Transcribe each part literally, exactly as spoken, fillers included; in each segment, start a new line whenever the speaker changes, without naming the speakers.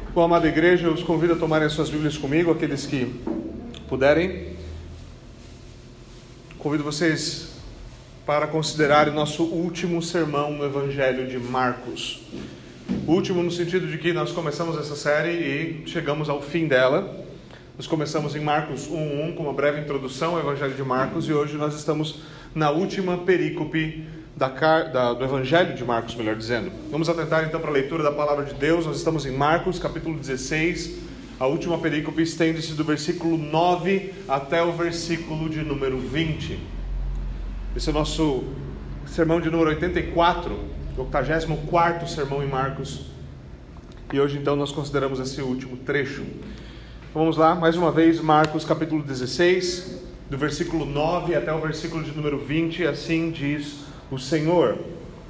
Bom, amada igreja, eu os convido a tomarem as suas Bíblias comigo, aqueles que puderem. Convido vocês para considerarem nosso último sermão no Evangelho de Marcos. Último no sentido de que nós começamos essa série e chegamos ao fim dela. Nós começamos em Marcos um um com uma breve introdução ao Evangelho de Marcos e hoje nós estamos na última perícope da, da, do Evangelho de Marcos, melhor dizendo. Vamos atentar então para a leitura da Palavra de Deus. Nós estamos em Marcos, capítulo dezesseis. A última perícope estende-se do versículo nove até o versículo de número vinte. Esse é o nosso sermão de número oitenta e quatro, o oitagésimo quarto sermão em Marcos. E hoje então nós consideramos esse último trecho. Vamos lá, mais uma vez, Marcos capítulo dezesseis, do versículo nove até o versículo de número vinte, assim diz o Senhor.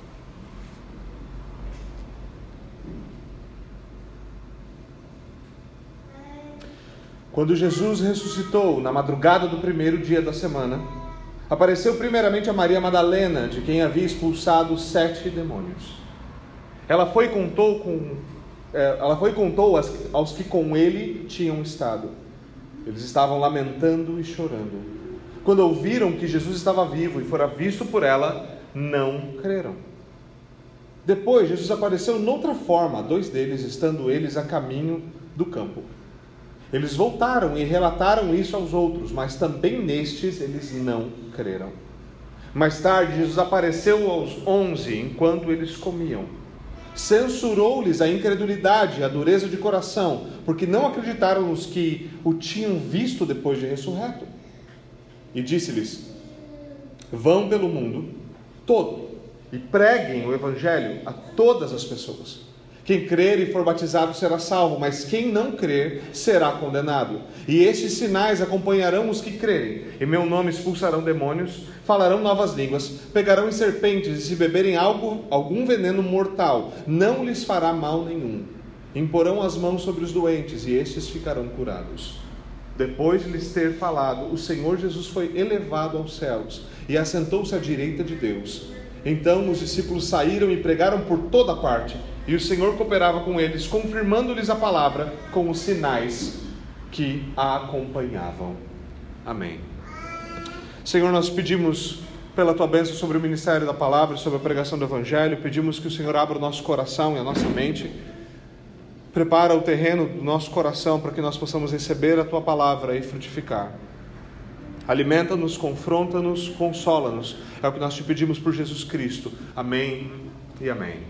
Quando Jesus ressuscitou na madrugada do primeiro dia da semana, apareceu primeiramente a Maria Madalena, de quem havia expulsado sete demônios. Ela foi e contou, com, ela foi e contou aos que com ele tinham estado. Eles estavam lamentando e chorando. Quando ouviram que Jesus estava vivo e fora visto por ela, não creram. Depois Jesus apareceu noutra forma a dois deles, estando eles a caminho do campo. Eles voltaram e relataram isso aos outros, mas também nestes eles não creram. Mais tarde Jesus apareceu aos onze enquanto eles comiam. Censurou-lhes a incredulidade e a dureza de coração, porque não acreditaram nos que o tinham visto depois de ressurreto. E disse-lhes: vão pelo mundo todo e preguem o Evangelho a todas as pessoas. Quem crer e for batizado será salvo, mas quem não crer será condenado. E estes sinais acompanharão os que crerem. Em meu nome expulsarão demônios, falarão novas línguas, pegarão em serpentes, e se beberem algo, algum veneno mortal, não lhes fará mal nenhum. Imporão as mãos sobre os doentes, e estes ficarão curados. Depois de lhes ter falado, o Senhor Jesus foi elevado aos céus e assentou-se à direita de Deus. Então os discípulos saíram e pregaram por toda parte, e o Senhor cooperava com eles, confirmando-lhes a palavra com os sinais que a acompanhavam. Amém. Senhor, nós pedimos pela Tua bênção sobre o ministério da palavra, sobre a pregação do Evangelho. Pedimos que o Senhor abra o nosso coração e a nossa mente. Prepara o terreno do nosso coração para que nós possamos receber a Tua palavra e frutificar. Alimenta-nos, confronta-nos, consola-nos. É o que nós te pedimos por Jesus Cristo. Amém e amém.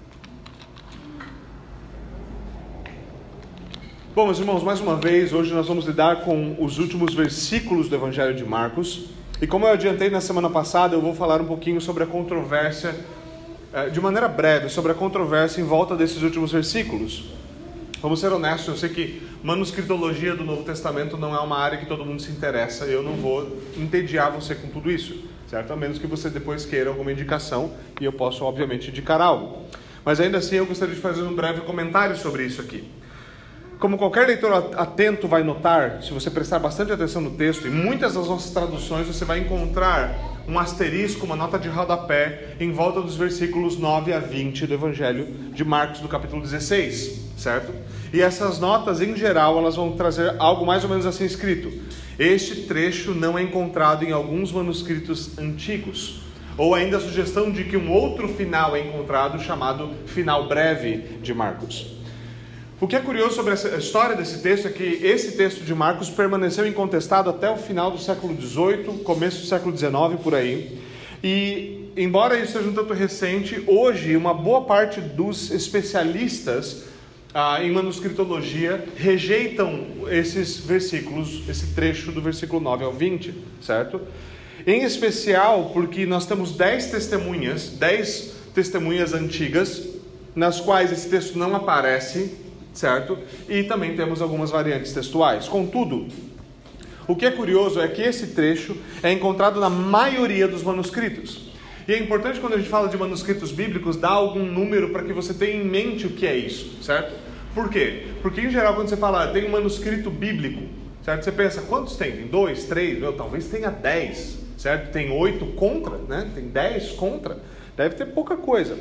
Bom, meus irmãos, mais uma vez, hoje nós vamos lidar com os últimos versículos do Evangelho de Marcos. E como eu adiantei na semana passada, eu vou falar um pouquinho sobre a controvérsia, de maneira breve, sobre a controvérsia em volta desses últimos versículos. Vamos ser honestos, eu sei que manuscritologia do Novo Testamento não é uma área que todo mundo se interessa, eu não vou entediar você com tudo isso, certo? A menos que você depois queira alguma indicação, e eu posso, obviamente, indicar algo. Mas ainda assim, eu gostaria de fazer um breve comentário sobre isso aqui. Como qualquer leitor atento vai notar, se você prestar bastante atenção no texto, em muitas das nossas traduções você vai encontrar um asterisco, uma nota de rodapé, em volta dos versículos nove a vinte do Evangelho de Marcos, do capítulo dezesseis, certo? E essas notas, em geral, elas vão trazer algo mais ou menos assim escrito: este trecho não é encontrado em alguns manuscritos antigos. Ou ainda a sugestão de que um outro final é encontrado, chamado final breve de Marcos. O que é curioso sobre essa história desse texto é que esse texto de Marcos permaneceu incontestado até o final do século dezoito, começo do século dezenove, por aí. E, embora isso seja um tanto recente, hoje uma boa parte dos especialistas ah, em manuscritologia rejeitam esses versículos, esse trecho do versículo nove ao vinte, certo? Em especial porque nós temos dez testemunhas, dez testemunhas antigas, nas quais esse texto não aparece, certo? E também temos algumas variantes textuais. Contudo, o que é curioso é que esse trecho é encontrado na maioria dos manuscritos. E é importante, quando a gente fala de manuscritos bíblicos, dar algum número para que você tenha em mente o que é isso, certo? Por quê? Porque em geral, quando você fala, tem um manuscrito bíblico, certo? Você pensa, quantos tem? Tem dois, três? Meu, talvez tenha dez, certo? Tem oito contra, né? Tem dez contra. Deve ter pouca coisa.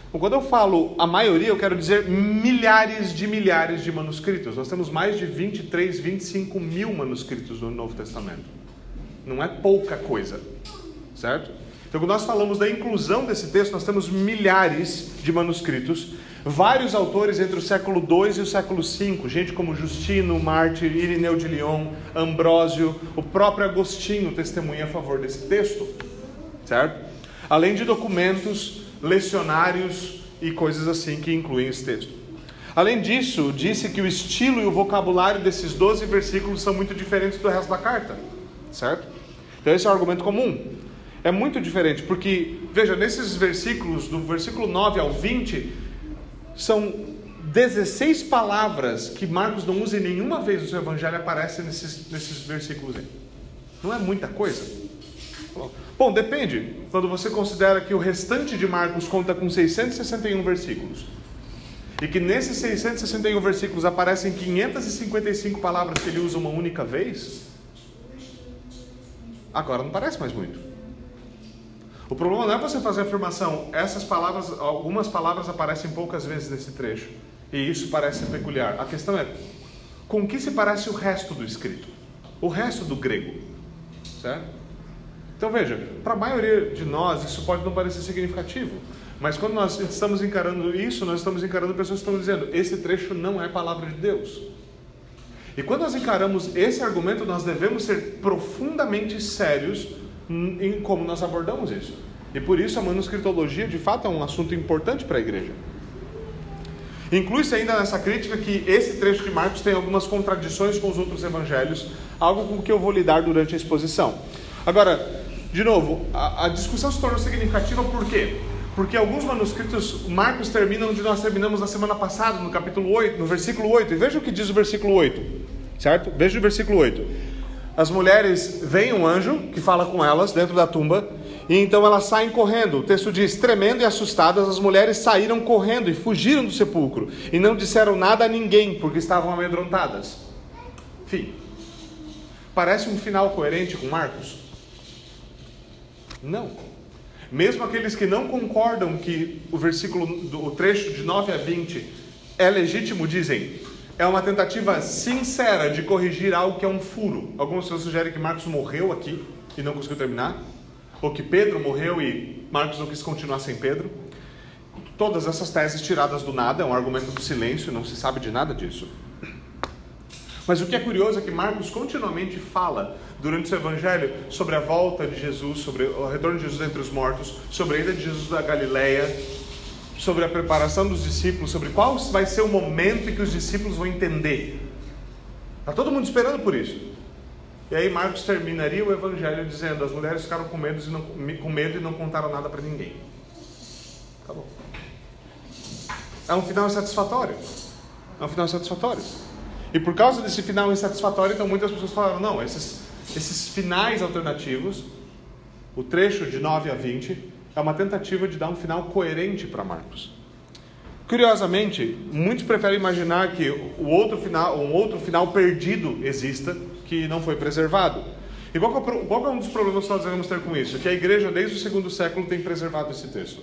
Quando eu falo a maioria, eu quero dizer milhares de milhares de manuscritos. Nós temos mais de vinte e três, vinte e cinco mil manuscritos no Novo Testamento. Não é pouca coisa, certo? Então, quando nós falamos da inclusão desse texto, nós temos milhares de manuscritos, vários autores entre o século dois e o século cinco, gente como Justino, Mártir, Irineu de Lyon, Ambrósio, o próprio Agostinho testemunha a favor desse texto, certo? Além de documentos, lecionários e coisas assim que incluem esse texto. Além disso, disse que o estilo e o vocabulário desses doze versículos são muito diferentes do resto da carta, certo? Então esse é um argumento comum. É muito diferente, porque, veja, nesses versículos, do versículo nove ao vinte, são dezesseis palavras que Marcos não usa e nenhuma vez no seu evangelho aparecem nesses, nesses versículos aí. Não é muita coisa? Bom, depende. Quando você considera que o restante de Marcos conta com seiscentos e sessenta e um versículos, e que nesses seiscentos e sessenta e um versículos aparecem quinhentas e cinquenta e cinco palavras que ele usa uma única vez, agora não parece mais muito. O problema não é você fazer a afirmação, essas palavras, algumas palavras aparecem poucas vezes nesse trecho, e isso parece ser peculiar. A questão é, com que se parece o resto do escrito? O resto do grego, certo? Então veja, para a maioria de nós isso pode não parecer significativo, mas quando nós estamos encarando isso, nós estamos encarando pessoas que estão dizendo, esse trecho não é palavra de Deus. E quando nós encaramos esse argumento, nós devemos ser profundamente sérios em como nós abordamos isso. E por isso a manuscritologia de fato é um assunto importante para a igreja. Inclui-se ainda nessa crítica que esse trecho de Marcos tem algumas contradições com os outros evangelhos, algo com que eu vou lidar durante a exposição. Agora, de novo, a, a discussão se tornou significativa por quê? Porque alguns manuscritos, Marcos termina onde nós terminamos na semana passada, no capítulo oito, no versículo oito. E veja o que diz o versículo oito, certo? Veja o versículo oito. As mulheres veem um anjo que fala com elas dentro da tumba, e então elas saem correndo. O texto diz, tremendo e assustadas, as mulheres saíram correndo e fugiram do sepulcro, e não disseram nada a ninguém, porque estavam amedrontadas. Enfim, parece um final coerente com Marcos? Não. Mesmo aqueles que não concordam que o versículo, o trecho de nove a vinte é legítimo, dizem, é uma tentativa sincera de corrigir algo que é um furo. Algumas pessoas sugerem que Marcos morreu aqui e não conseguiu terminar, ou que Pedro morreu e Marcos não quis continuar sem Pedro. Todas essas teses tiradas do nada, é um argumento do silêncio, não se sabe de nada disso. Mas o que é curioso é que Marcos continuamente fala durante o seu evangelho sobre a volta de Jesus, sobre o retorno de Jesus entre os mortos, sobre a ida de Jesus da Galileia, sobre a preparação dos discípulos, sobre qual vai ser o momento em que os discípulos vão entender. Está todo mundo esperando por isso. E aí Marcos terminaria o evangelho dizendo, as mulheres ficaram com medo e não, com medo e não contaram nada para ninguém. Acabou. É um final insatisfatório. É um final insatisfatório. E por causa desse final insatisfatório, então muitas pessoas falaram, não, esses, esses finais alternativos, o trecho de nove a vinte, é uma tentativa de dar um final coerente para Marcos. Curiosamente, muitos preferem imaginar que o outro final, um outro final perdido exista, que não foi preservado. E qual é, qual é um dos problemas que nós devemos ter com isso? Que a igreja, desde o segundo século, tem preservado esse texto.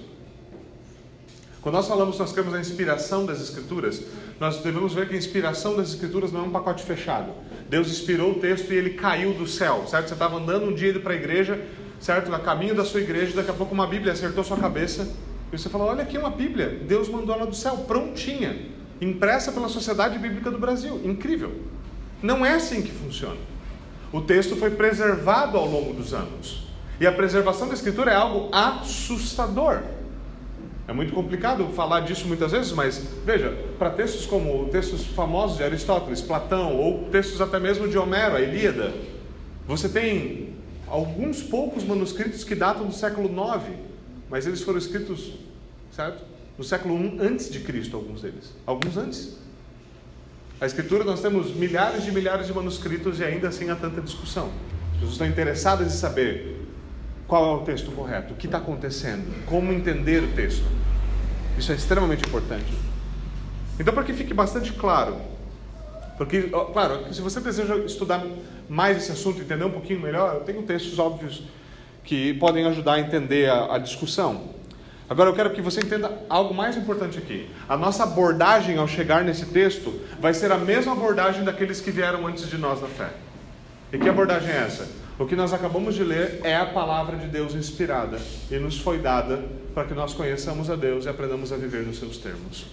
Quando nós falamos, nós queremos a inspiração das Escrituras, nós devemos ver que a inspiração das Escrituras não é um pacote fechado. Deus inspirou o texto e ele caiu do céu, certo? Você estava andando um dia indo para a igreja, certo? A caminho da sua igreja, daqui a pouco uma Bíblia acertou sua cabeça, e você falou, olha aqui uma Bíblia, Deus mandou ela do céu, prontinha, impressa pela Sociedade Bíblica do Brasil, incrível. Não é assim que funciona. O texto foi preservado ao longo dos anos, e a preservação da Escritura é algo assustador. É muito complicado falar disso muitas vezes, mas veja, para textos como textos famosos de Aristóteles, Platão, ou textos até mesmo de Homero, a Ilíada, você tem alguns poucos manuscritos que datam do século nove, mas eles foram escritos, certo? No século um antes de Cristo, alguns deles, alguns antes. A Escritura, nós temos milhares de milhares de manuscritos e ainda assim há tanta discussão. As pessoas estão interessadas em saber qual é o texto correto, o que está acontecendo, como entender o texto. Isso é extremamente importante. Então, para que fique bastante claro, porque, claro, se você deseja estudar mais esse assunto, entender um pouquinho melhor, eu tenho textos óbvios que podem ajudar a entender a, a discussão. Agora eu quero que você entenda algo mais importante aqui. A nossa abordagem ao chegar nesse texto vai ser a mesma abordagem daqueles que vieram antes de nós na fé. E que abordagem é essa? O que nós acabamos de ler é a palavra de Deus inspirada e nos foi dada para que nós conheçamos a Deus e aprendamos a viver nos seus termos.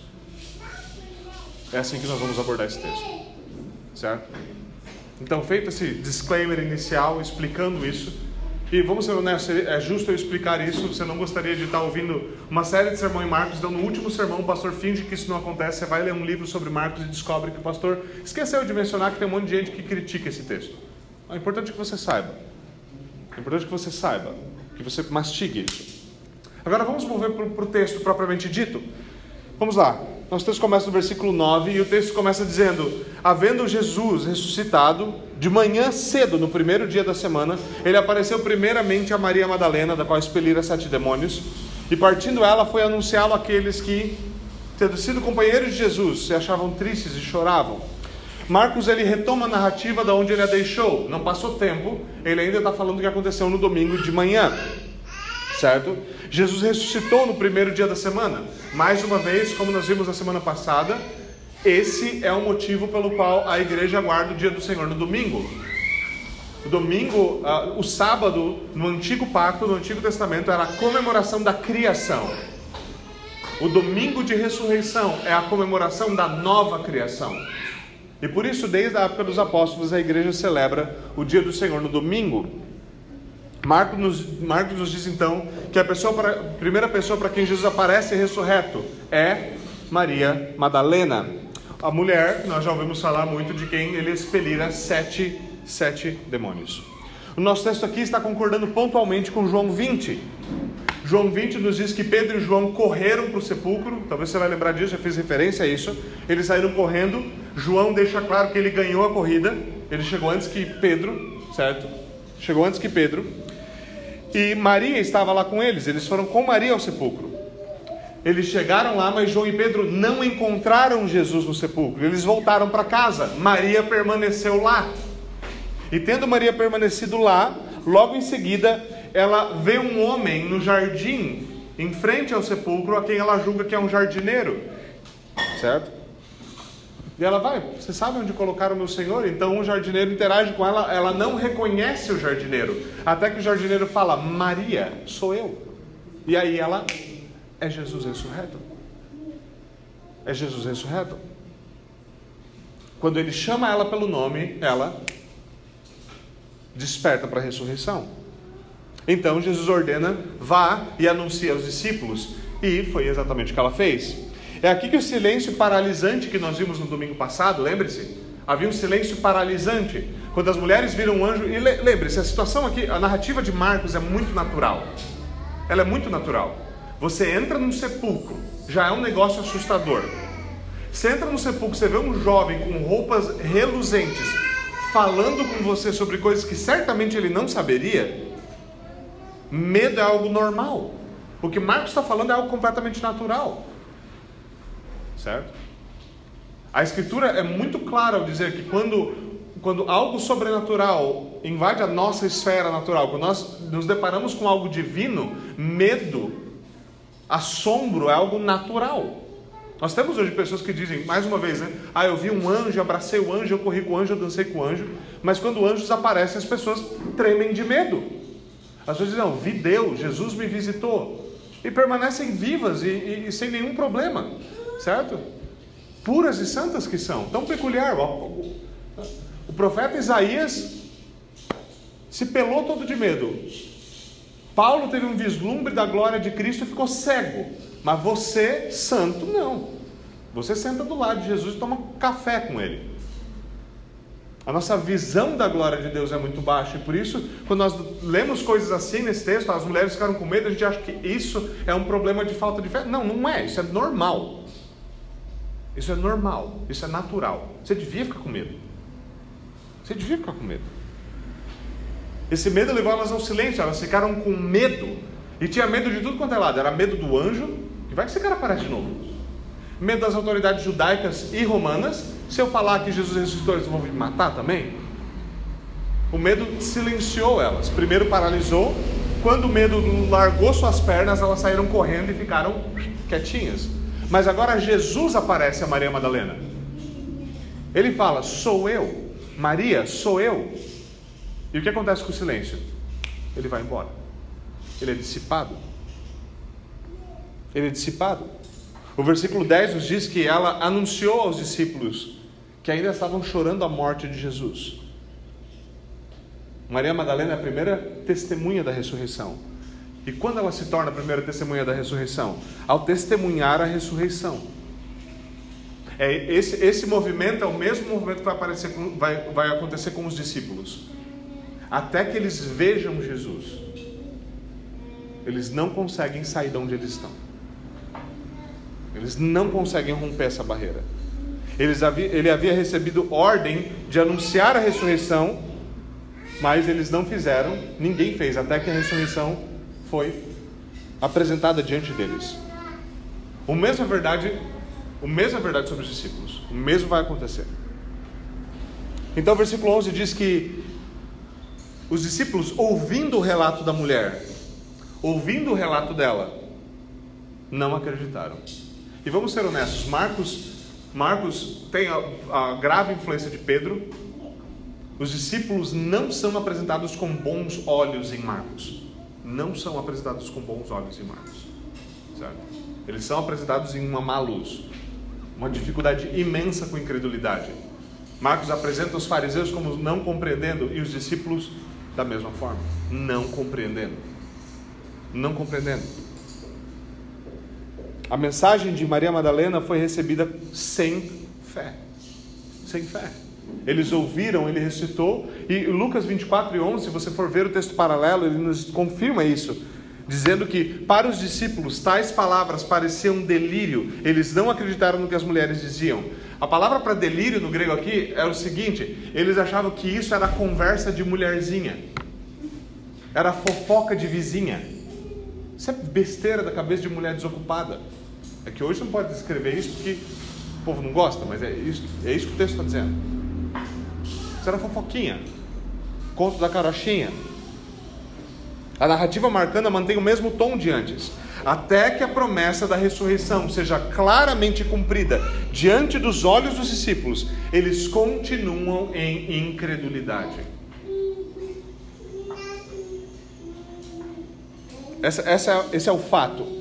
É assim que nós vamos abordar esse texto, certo? Então, feito esse disclaimer inicial explicando isso, e vamos ser honestos, é justo eu explicar isso. Você não gostaria de estar ouvindo uma série de sermão em Marcos, então no último sermão o pastor finge que isso não acontece, você vai ler um livro sobre Marcos e descobre que o pastor esqueceu de mencionar que tem um monte de gente que critica esse texto. É importante que você saiba, é importante que você saiba, que você mastigue isso. Agora vamos mover para o texto propriamente dito. Vamos lá, nosso texto começa no versículo nove e o texto começa dizendo: havendo Jesus ressuscitado, de manhã cedo, no primeiro dia da semana, ele apareceu primeiramente a Maria Madalena, da qual expelira sete demônios, e partindo ela foi anunciá-lo àqueles que, tendo sido companheiros de Jesus, se achavam tristes e choravam. Marcos ele retoma a narrativa da onde ele a deixou. Não passou tempo, ele ainda está falando o que aconteceu no domingo de manhã, certo? Jesus ressuscitou no primeiro dia da semana. Mais uma vez, como nós vimos na semana passada, esse é o motivo pelo qual a igreja aguarda o dia do Senhor no domingo. O domingo, uh, o sábado, no Antigo Pacto, no Antigo Testamento, era a comemoração da criação. O domingo de ressurreição é a comemoração da nova criação. E por isso, desde a época dos apóstolos, a igreja celebra o dia do Senhor no domingo. Marcos nos, Marcos nos diz então que a, pessoa para, a primeira pessoa para quem Jesus aparece ressurreto é Maria Madalena. A mulher, nós já ouvimos falar muito de quem ele expelira sete, sete demônios. O nosso texto aqui está concordando pontualmente com João vinte. João vinte nos diz que Pedro e João correram para o sepulcro. Talvez você vai lembrar disso, já fiz referência a isso. Eles saíram correndo. João deixa claro que ele ganhou a corrida. Ele chegou antes que Pedro, certo? Chegou antes que Pedro. E Maria estava lá com eles. Eles foram com Maria ao sepulcro. Eles chegaram lá, mas João e Pedro não encontraram Jesus no sepulcro. Eles voltaram para casa. Maria permaneceu lá. E tendo Maria permanecido lá, logo em seguida, ela vê um homem no jardim, em frente ao sepulcro, a quem ela julga que é um jardineiro. Certo? E ela vai, você sabe onde colocaram o meu Senhor? Então o jardineiro interage com ela, ela não reconhece o jardineiro. Até que o jardineiro fala: Maria, sou eu. E aí ela... é Jesus ressurreto. É Jesus ressurreto. Quando ele chama ela pelo nome, ela desperta para a ressurreição. Então Jesus ordena: vá e anuncie aos discípulos. E foi exatamente o que ela fez. É aqui que o silêncio paralisante que nós vimos no domingo passado, lembre-se, havia um silêncio paralisante. Quando as mulheres viram um anjo, e lembre-se, a situação aqui, a narrativa de Marcos é muito natural. Ela é muito natural. Você entra num sepulcro, já é um negócio assustador. Você entra no sepulcro, você vê um jovem com roupas reluzentes, falando com você sobre coisas que certamente ele não saberia. Medo é algo normal. O que Marcos está falando é algo completamente natural. Certo? A Escritura é muito clara ao dizer que quando, quando algo sobrenatural invade a nossa esfera natural, quando nós nos deparamos com algo divino, medo, assombro é algo natural. Nós temos hoje pessoas que dizem, mais uma vez, né? Ah, eu vi um anjo, abracei o anjo, eu corri com o anjo, eu dancei com o anjo. Mas quando anjos aparecem, as pessoas tremem de medo. As pessoas dizem, não, vi Deus, Jesus me visitou. E permanecem vivas e, e, e sem nenhum problema. Certo? Puras e santas que são. Tão peculiar. O, o profeta Isaías se pelou todo de medo. Paulo teve um vislumbre da glória de Cristo e ficou cego. Mas você, santo, não. Você senta do lado de Jesus e toma café com ele. A nossa visão da glória de Deus é muito baixa. E por isso, quando nós lemos coisas assim nesse texto, as mulheres ficaram com medo, a gente acha que isso é um problema de falta de fé. Não, não é. Isso é normal. Isso é normal. Isso é natural. Você devia ficar com medo. Você devia ficar com medo. Esse medo levou elas ao silêncio. Elas ficaram com medo. E tinha medo de tudo quanto é lado. Era medo do anjo. E vai que esse cara aparece de novo. Medo das autoridades judaicas e romanas. Se eu falar que Jesus ressuscitou, eles vão me matar também? O medo silenciou elas. Primeiro paralisou, quando o medo largou suas pernas, elas saíram correndo e ficaram quietinhas. Mas agora Jesus aparece a Maria Madalena. Ele fala: sou eu. Maria, sou eu. E o que acontece com o silêncio? Ele vai embora. Ele é dissipado. Ele é dissipado. O versículo dez nos diz que ela anunciou aos discípulos que ainda estavam chorando a morte de Jesus. Maria Madalena é a primeira testemunha da ressurreição. E quando ela se torna a primeira testemunha da ressurreição? Ao testemunhar a ressurreição. É, esse, esse movimento é o mesmo movimento que vai, aparecer com, vai, vai acontecer com os discípulos. Até que eles vejam Jesus, eles não conseguem sair de onde eles estão. Eles não conseguem romper essa barreira. Eles havia, ele havia recebido ordem de anunciar a ressurreição, mas eles não fizeram, ninguém fez, até que a ressurreição foi apresentada diante deles. O mesmo é verdade, o mesmo é verdade sobre os discípulos. O mesmo vai acontecer. Então o versículo onze diz que os discípulos, ouvindo o relato da mulher, ouvindo o relato dela, não acreditaram. E vamos ser honestos, Marcos, Marcos tem a, a grave influência de Pedro. Os discípulos não são apresentados com bons olhos em Marcos. Não são apresentados com bons olhos em Marcos. Certo? Eles são apresentados em uma má luz. Uma dificuldade imensa com incredulidade. Marcos apresenta os fariseus como não compreendendo e os discípulos da mesma forma. Não compreendendo. Não compreendendo. A mensagem de Maria Madalena foi recebida sem fé. Sem fé. Eles ouviram, ele ressuscitou. E Lucas vinte e quatro e onze, se você for ver o texto paralelo, ele nos confirma isso, dizendo que para os discípulos tais palavras pareciam delírio. Eles não acreditaram no que as mulheres diziam. A palavra para delírio no grego aqui é o seguinte: eles achavam que isso era conversa de mulherzinha, era fofoca de vizinha. Isso é besteira da cabeça de mulher desocupada. É que hoje não pode descrever isso porque o povo não gosta, mas é isso, é isso que o texto está dizendo. Isso era fofoquinha, conto da carochinha. A narrativa marcanda mantém o mesmo tom de antes, até que a promessa da ressurreição seja claramente cumprida diante dos olhos dos discípulos. Eles continuam em incredulidade. Essa, essa, esse é o fato.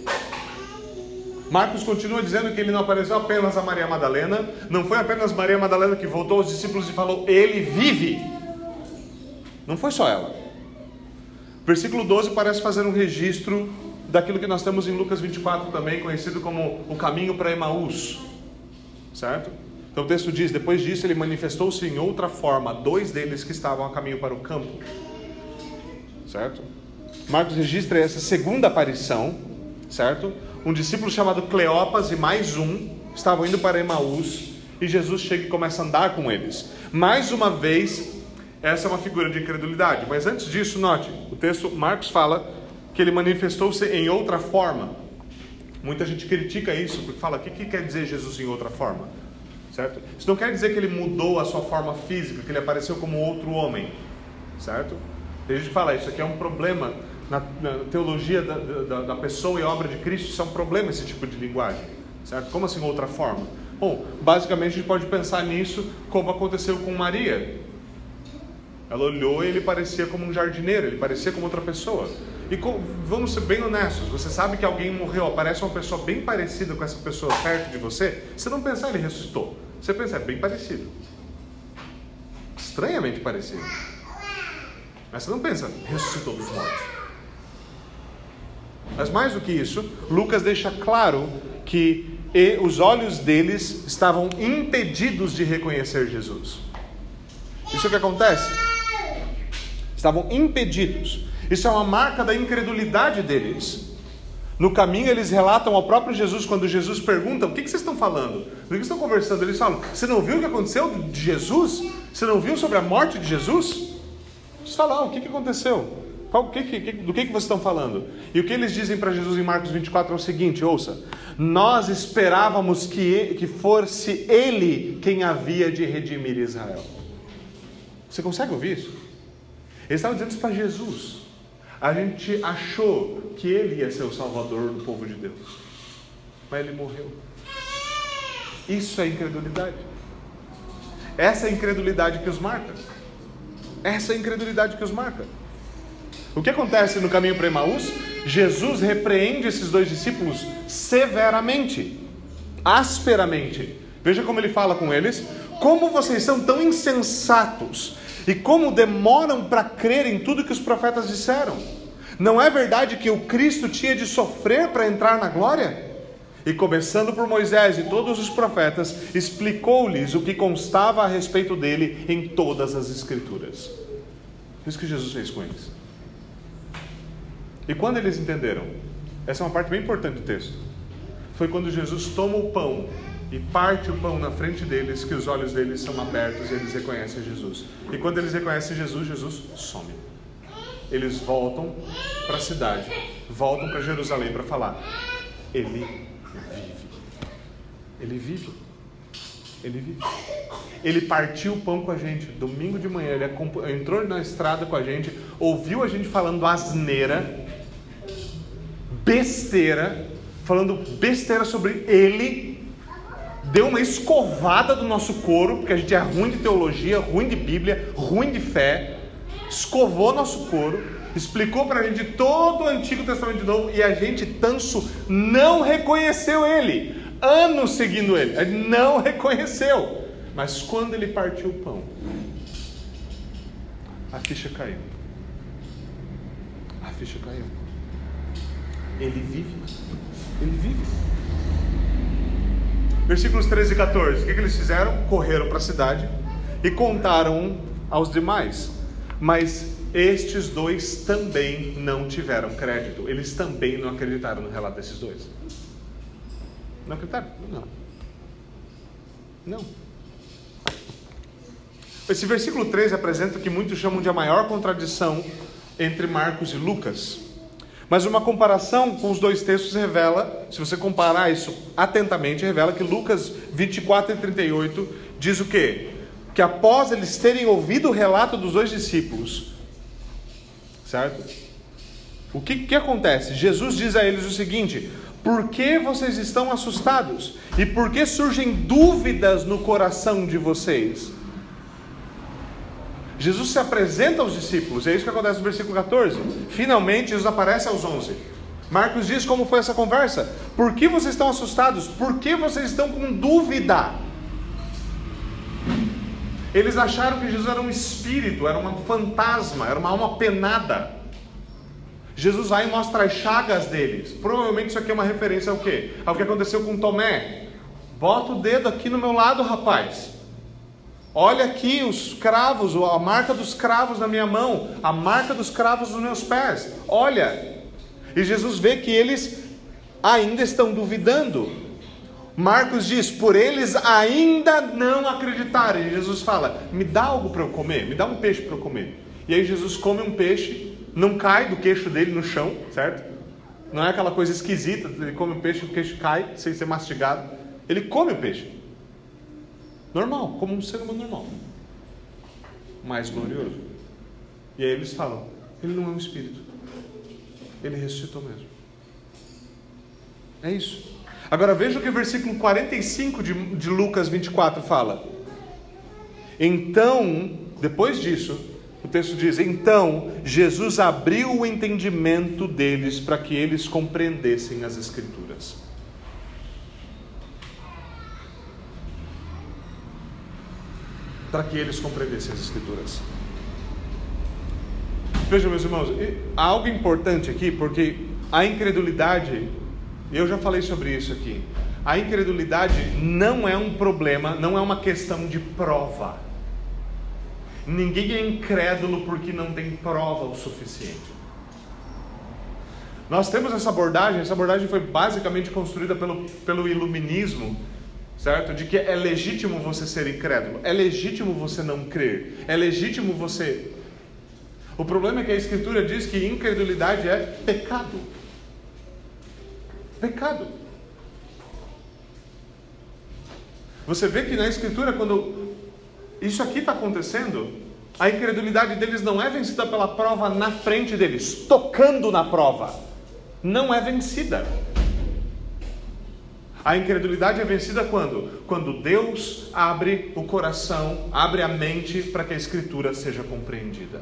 Marcos continua dizendo que ele não apareceu apenas a Maria Madalena. Não foi apenas Maria Madalena que voltou aos discípulos e falou: ele vive. Não foi só ela. Versículo doze parece fazer um registro daquilo que nós temos em Lucas vinte e quatro também, conhecido como o caminho para Emaús. Certo? Então o texto diz: depois disso ele manifestou-se em outra forma a dois deles que estavam a caminho para o campo. Certo? Marcos registra essa segunda aparição, certo? Um discípulo chamado Cleopas e mais um estavam indo para Emaús, e Jesus chega e começa a andar com eles. Mais uma vez, essa é uma figura de incredulidade. Mas antes disso, note, o texto, Marcos fala que ele manifestou-se em outra forma. Muita gente critica isso, porque fala: o que, que quer dizer Jesus em outra forma? Certo? Isso não quer dizer que ele mudou a sua forma física, que ele apareceu como outro homem. Certo? Tem gente que fala: isso aqui é um problema na, na teologia da, da, da pessoa e obra de Cristo. Isso é um problema, esse tipo de linguagem. Certo? Como assim outra forma? Bom, basicamente a gente pode pensar nisso como aconteceu com Maria. Ela olhou e ele parecia como um jardineiro, ele parecia como outra pessoa. E com, vamos ser bem honestos, você sabe que alguém morreu, aparece uma pessoa bem parecida com essa pessoa perto de você, você não pensa: ele ressuscitou. Você pensa: é bem parecido. Estranhamente parecido. Mas você não pensa: ressuscitou dos mortos. Mas mais do que isso, Lucas deixa claro que e os olhos deles estavam impedidos de reconhecer Jesus. Isso é o que acontece. Estavam impedidos. Isso é uma marca da incredulidade deles. No caminho eles relatam ao próprio Jesus, quando Jesus pergunta: o que, que vocês estão falando? Do que estão conversando? Eles falam: você não viu o que aconteceu de Jesus? Você não viu sobre a morte de Jesus? Eles falam: ah, o que, que aconteceu? Qual, que, que, do que, que vocês estão falando? E o que eles dizem para Jesus em Marcos vinte e quatro é o seguinte: ouça, nós esperávamos que, que fosse Ele quem havia de redimir Israel. Você consegue ouvir isso? Eles estavam dizendo isso para Jesus. A gente achou que ele ia ser o salvador do povo de Deus, mas ele morreu. Isso é incredulidade. Essa é a incredulidade que os marca. Essa é a incredulidade que os marca. O que acontece no caminho para Emaús? Jesus repreende esses dois discípulos severamente, asperamente. Veja como ele fala com eles: como vocês são tão insensatos e como demoram para crer em tudo que os profetas disseram. Não é verdade que o Cristo tinha de sofrer para entrar na glória? E começando por Moisés e todos os profetas, explicou-lhes o que constava a respeito dele em todas as Escrituras. Isso que Jesus fez com eles. E quando eles entenderam, essa é uma parte bem importante do texto, foi quando Jesus toma o pão e parte o pão na frente deles, que os olhos deles são abertos e eles reconhecem Jesus. E quando eles reconhecem Jesus, Jesus some. Eles voltam para a cidade, voltam para Jerusalém para falar: Ele vive. Ele vive. Ele vive. Ele partiu o pão com a gente domingo de manhã. Ele entrou na estrada com a gente, ouviu a gente falando asneira, besteira, falando besteira sobre ele, deu uma escovada do nosso couro, porque a gente é ruim de teologia, ruim de Bíblia, ruim de fé, escovou nosso couro, explicou para a gente todo o Antigo Testamento de novo, e a gente, tanso, não reconheceu ele. Anos seguindo ele, a gente não reconheceu. Mas quando ele partiu o pão, a ficha caiu. A ficha caiu. Ele vive. Ele vive. Versículos treze e quatorze. O que, que eles fizeram? Correram para a cidade e contaram aos demais. Mas estes dois também não tiveram crédito. Eles também não acreditaram no relato desses dois. Não acreditaram? Não. Não. Esse versículo treze apresenta o que muitos chamam de a maior contradição entre Marcos e Lucas. Mas uma comparação com os dois textos revela, se você comparar isso atentamente, revela que Lucas vinte e quatro e trinta e oito diz o quê? Que após eles terem ouvido o relato dos dois discípulos, certo? O que, que acontece? Jesus diz a eles o seguinte: por que vocês estão assustados? E por que surgem dúvidas no coração de vocês? Jesus se apresenta aos discípulos, é isso que acontece no versículo quatorze. Finalmente Jesus aparece aos onze. Marcos diz como foi essa conversa. Por que vocês estão assustados? Por que vocês estão com dúvida? Eles acharam que Jesus era um espírito, era um fantasma, era uma alma penada. Jesus vai e mostra as chagas deles. Provavelmente isso aqui é uma referência ao quê? Ao que aconteceu com Tomé. Bota o dedo aqui no meu lado, rapaz. Olha aqui os cravos, a marca dos cravos na minha mão, a marca dos cravos nos meus pés. Olha. E Jesus vê que eles ainda estão duvidando. Marcos diz: por eles ainda não acreditarem. E Jesus fala: me dá algo para eu comer, me dá um peixe para eu comer. E aí Jesus come um peixe, não cai do queixo dele no chão, certo? Não é aquela coisa esquisita, ele come um peixe e o queixo cai sem ser mastigado. Ele come o peixe. Normal, como um ser humano normal. Mais glorioso. E aí eles falam: ele não é um espírito. Ele ressuscitou mesmo. É isso. Agora veja o que o versículo quarenta e cinco de, de Lucas vinte e quatro fala. Então, depois disso, o texto diz: então Jesus abriu o entendimento deles para que eles compreendessem as Escrituras. Para que eles compreendessem as Escrituras. Vejam, meus irmãos, há algo importante aqui, porque a incredulidade, eu já falei sobre isso aqui, a incredulidade não é um problema, não é uma questão de prova. Ninguém é incrédulo porque não tem prova o suficiente. Nós temos essa abordagem, essa abordagem foi basicamente construída pelo, pelo iluminismo, certo? De que é legítimo você ser incrédulo, é legítimo você não crer, é legítimo você... O problema é que a Escritura diz que incredulidade é pecado. Pecado. Você vê que na Escritura, quando isso aqui está acontecendo, A incredulidade deles não é vencida pela prova na frente deles, tocando na prova. Não é vencida. A incredulidade é vencida quando? Quando Deus abre o coração, abre a mente para que a Escritura seja compreendida.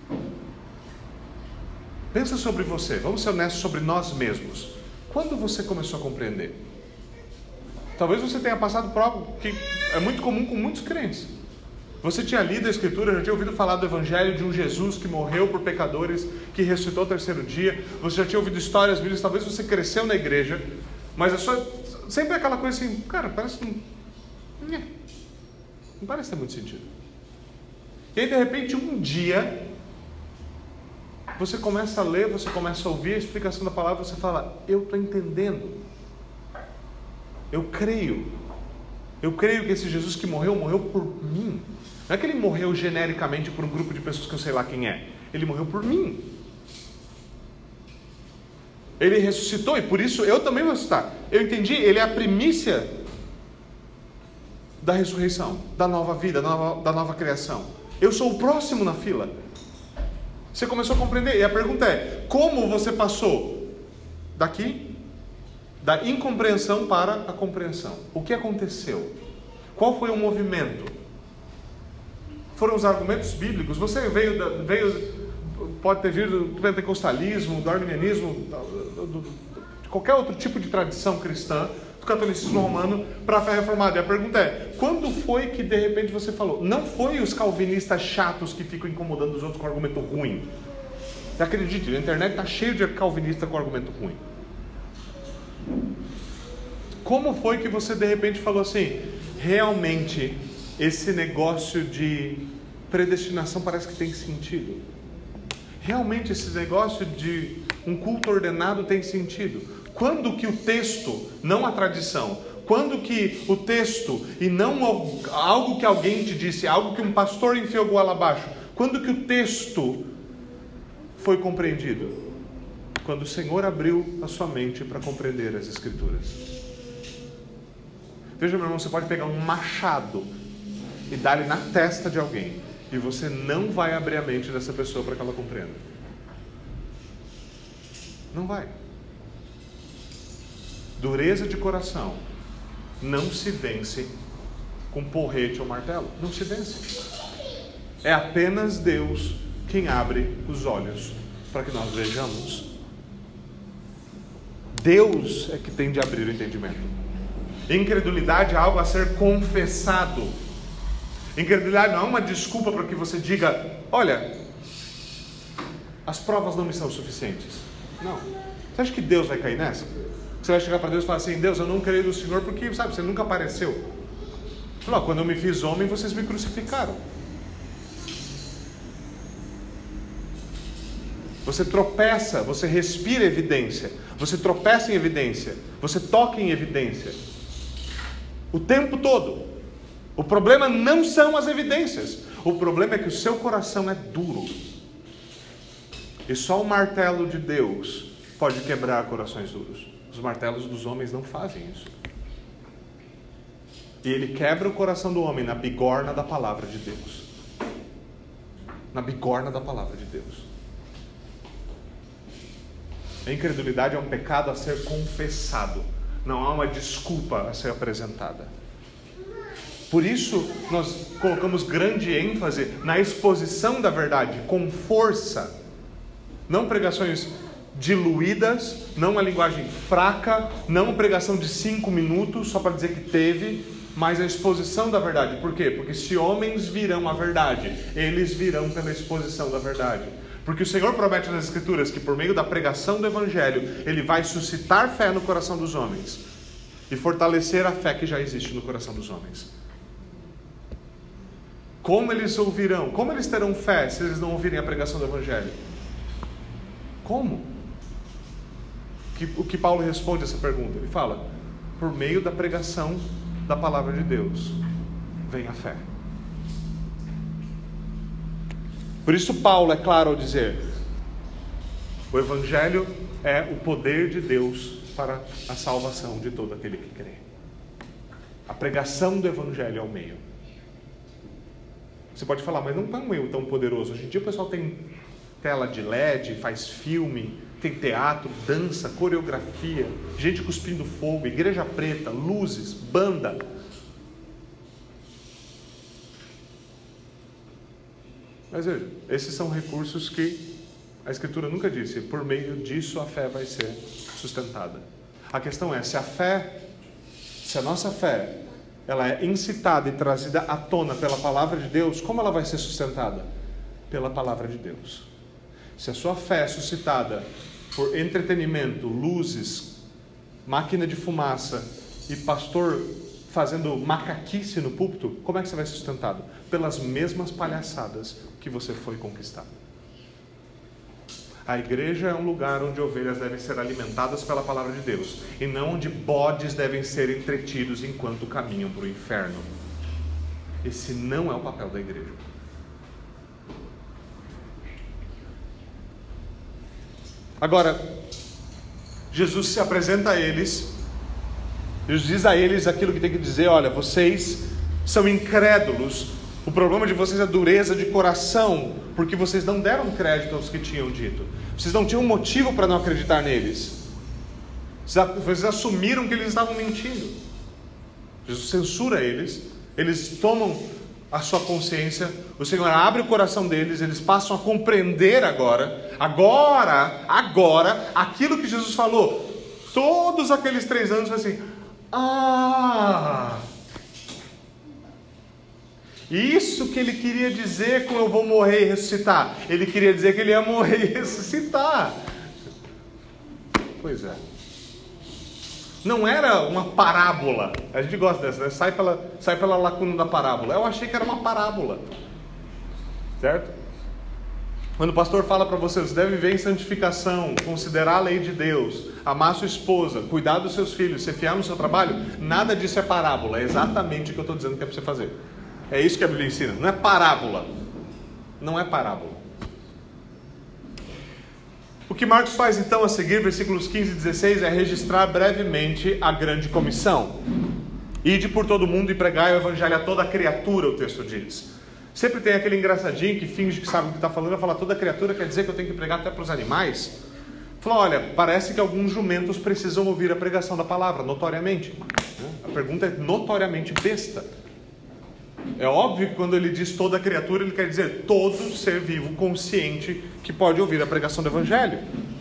Pensa sobre você, vamos ser honestos sobre nós mesmos. Quando você começou a compreender? Talvez você tenha passado por algo que é muito comum com muitos crentes. Você tinha lido a Escritura, já tinha ouvido falar do Evangelho de um Jesus que morreu por pecadores, que ressuscitou ao terceiro dia. Você já tinha ouvido histórias bíblicas, talvez você cresceu na igreja, mas a sua, sempre é aquela coisa assim, cara, parece que não, não parece ter muito sentido. E aí de repente um dia, você começa a ler, você começa a ouvir a explicação da palavra, você fala, eu estou entendendo. Eu creio. Eu creio que esse Jesus que morreu, morreu por mim. Não é que ele morreu genericamente por um grupo de pessoas que eu sei lá quem é. Ele morreu por mim. Ele ressuscitou e por isso eu também vou ressuscitar. Eu entendi, ele é a primícia da ressurreição, da nova vida, da nova, da nova criação. Eu sou o próximo na fila. Você começou a compreender. E a pergunta é, como você passou daqui, da incompreensão para a compreensão? O que aconteceu? Qual foi o movimento? Foram os argumentos bíblicos? Você veio, da, veio pode ter vindo do pentecostalismo, do arminianismo, do, do, de qualquer outro tipo de tradição cristã, do catolicismo romano, para a fé reformada. E a pergunta é, quando foi que de repente você falou? Não foi os calvinistas chatos que ficam incomodando os outros com argumento ruim. Acredite, a internet está cheio de calvinista com argumento ruim. Como foi que você de repente falou assim, realmente esse negócio de predestinação parece que tem sentido? Realmente esse negócio de um culto ordenado tem sentido? Quando que o texto, não a tradição, quando que o texto e não algo que alguém te disse, algo que um pastor enfiou goela abaixo, quando que o texto foi compreendido? Quando o Senhor abriu a sua mente para compreender as Escrituras. Veja, meu irmão, você pode pegar um machado e dar-lhe na testa de alguém, e você não vai abrir a mente dessa pessoa para que ela compreenda. Não vai. Dureza de coração não se vence com porrete ou martelo. Não se vence. É apenas Deus quem abre os olhos para que nós vejamos. Deus é que tem de abrir o entendimento. Incredulidade é algo a ser confessado. Incredulidade não é uma desculpa para que você diga, olha, as provas não me são suficientes. Não. Você acha que Deus vai cair nessa? Você vai chegar para Deus e falar assim, Deus, eu não creio no Senhor porque, sabe, você nunca apareceu. Fala, quando eu me fiz homem, vocês me crucificaram. Você tropeça, você respira evidência, você tropeça em evidência, você toca em evidência. O tempo todo. O problema não são as evidências. O problema é que o seu coração é duro. E só o martelo de Deus pode quebrar corações duros. Os martelos dos homens não fazem isso. E ele quebra o coração do homem na bigorna da palavra de Deus. Na bigorna da palavra de Deus. A incredulidade é um pecado a ser confessado. Não há uma desculpa a ser apresentada. Por isso, nós colocamos grande ênfase na exposição da verdade, com força. Não pregações diluídas, não uma linguagem fraca, não uma pregação de cinco minutos, só para dizer que teve, mas a exposição da verdade. Por quê? Porque se homens virão a verdade, eles virão pela exposição da verdade. Porque o Senhor promete nas Escrituras que por meio da pregação do Evangelho, Ele vai suscitar fé no coração dos homens e fortalecer a fé que já existe no coração dos homens. Como eles ouvirão? Como eles terão fé se eles não ouvirem a pregação do Evangelho? Como? Que, o que Paulo responde a essa pergunta? Ele fala, por meio da pregação da palavra de Deus, vem a fé. Por isso Paulo é claro ao dizer, o Evangelho é o poder de Deus para a salvação de todo aquele que crê. A pregação do Evangelho é o meio. Você pode falar, mas não é um eu tão poderoso. Hoje em dia o pessoal tem tela de L E D, faz filme, tem teatro, dança, coreografia, gente cuspindo fogo, igreja preta, luzes, banda. Mas veja, esses são recursos que a Escritura nunca disse, por meio disso a fé vai ser sustentada. A questão é, se a fé, se a nossa fé, ela é incitada e trazida à tona pela palavra de Deus, como ela vai ser sustentada? Pela palavra de Deus. Se a sua fé é suscitada por entretenimento, luzes, máquina de fumaça e pastor fazendo macaquice no púlpito, como é que você vai ser sustentado? Pelas mesmas palhaçadas que você foi conquistado. A igreja é um lugar onde ovelhas devem ser alimentadas pela palavra de Deus, e não onde bodes devem ser entretidos enquanto caminham para o inferno. Esse não é o papel da igreja. Agora, Jesus se apresenta a eles, Jesus diz a eles aquilo que tem que dizer: olha, vocês são incrédulos, o problema de vocês é dureza de coração, porque vocês não deram crédito aos que tinham dito, vocês não tinham motivo para não acreditar neles, vocês assumiram que eles estavam mentindo. Jesus censura eles, eles tomam a sua consciência, o Senhor abre o coração deles, eles passam a compreender agora, agora, agora, aquilo que Jesus falou, todos aqueles três anos, foi assim, ah, isso que ele queria dizer com eu vou morrer e ressuscitar, ele queria dizer que ele ia morrer e ressuscitar. Pois é. Não era uma parábola. A gente gosta dessa, né? Sai pela, sai pela lacuna da parábola. Eu achei que era uma parábola. Certo? Quando o pastor fala para você, você deve viver em santificação, considerar a lei de Deus, amar sua esposa, cuidar dos seus filhos, ser fiel no seu trabalho, nada disso é parábola. É exatamente o que eu estou dizendo que é para você fazer. É isso que a Bíblia ensina. Não é parábola. Não é parábola. O que Marcos faz então a seguir, versículos quinze e dezesseis, é registrar brevemente a grande comissão. Ide por todo mundo e pregai o evangelho a toda criatura, o texto diz. Sempre tem aquele engraçadinho que finge que sabe o que está falando, vai falar toda criatura, quer dizer que eu tenho que pregar até para os animais? Fala, olha, parece que alguns jumentos precisam ouvir a pregação da palavra, notoriamente. A pergunta é notoriamente besta. É óbvio que quando ele diz toda criatura, ele quer dizer todo ser vivo consciente que pode ouvir a pregação do evangelho.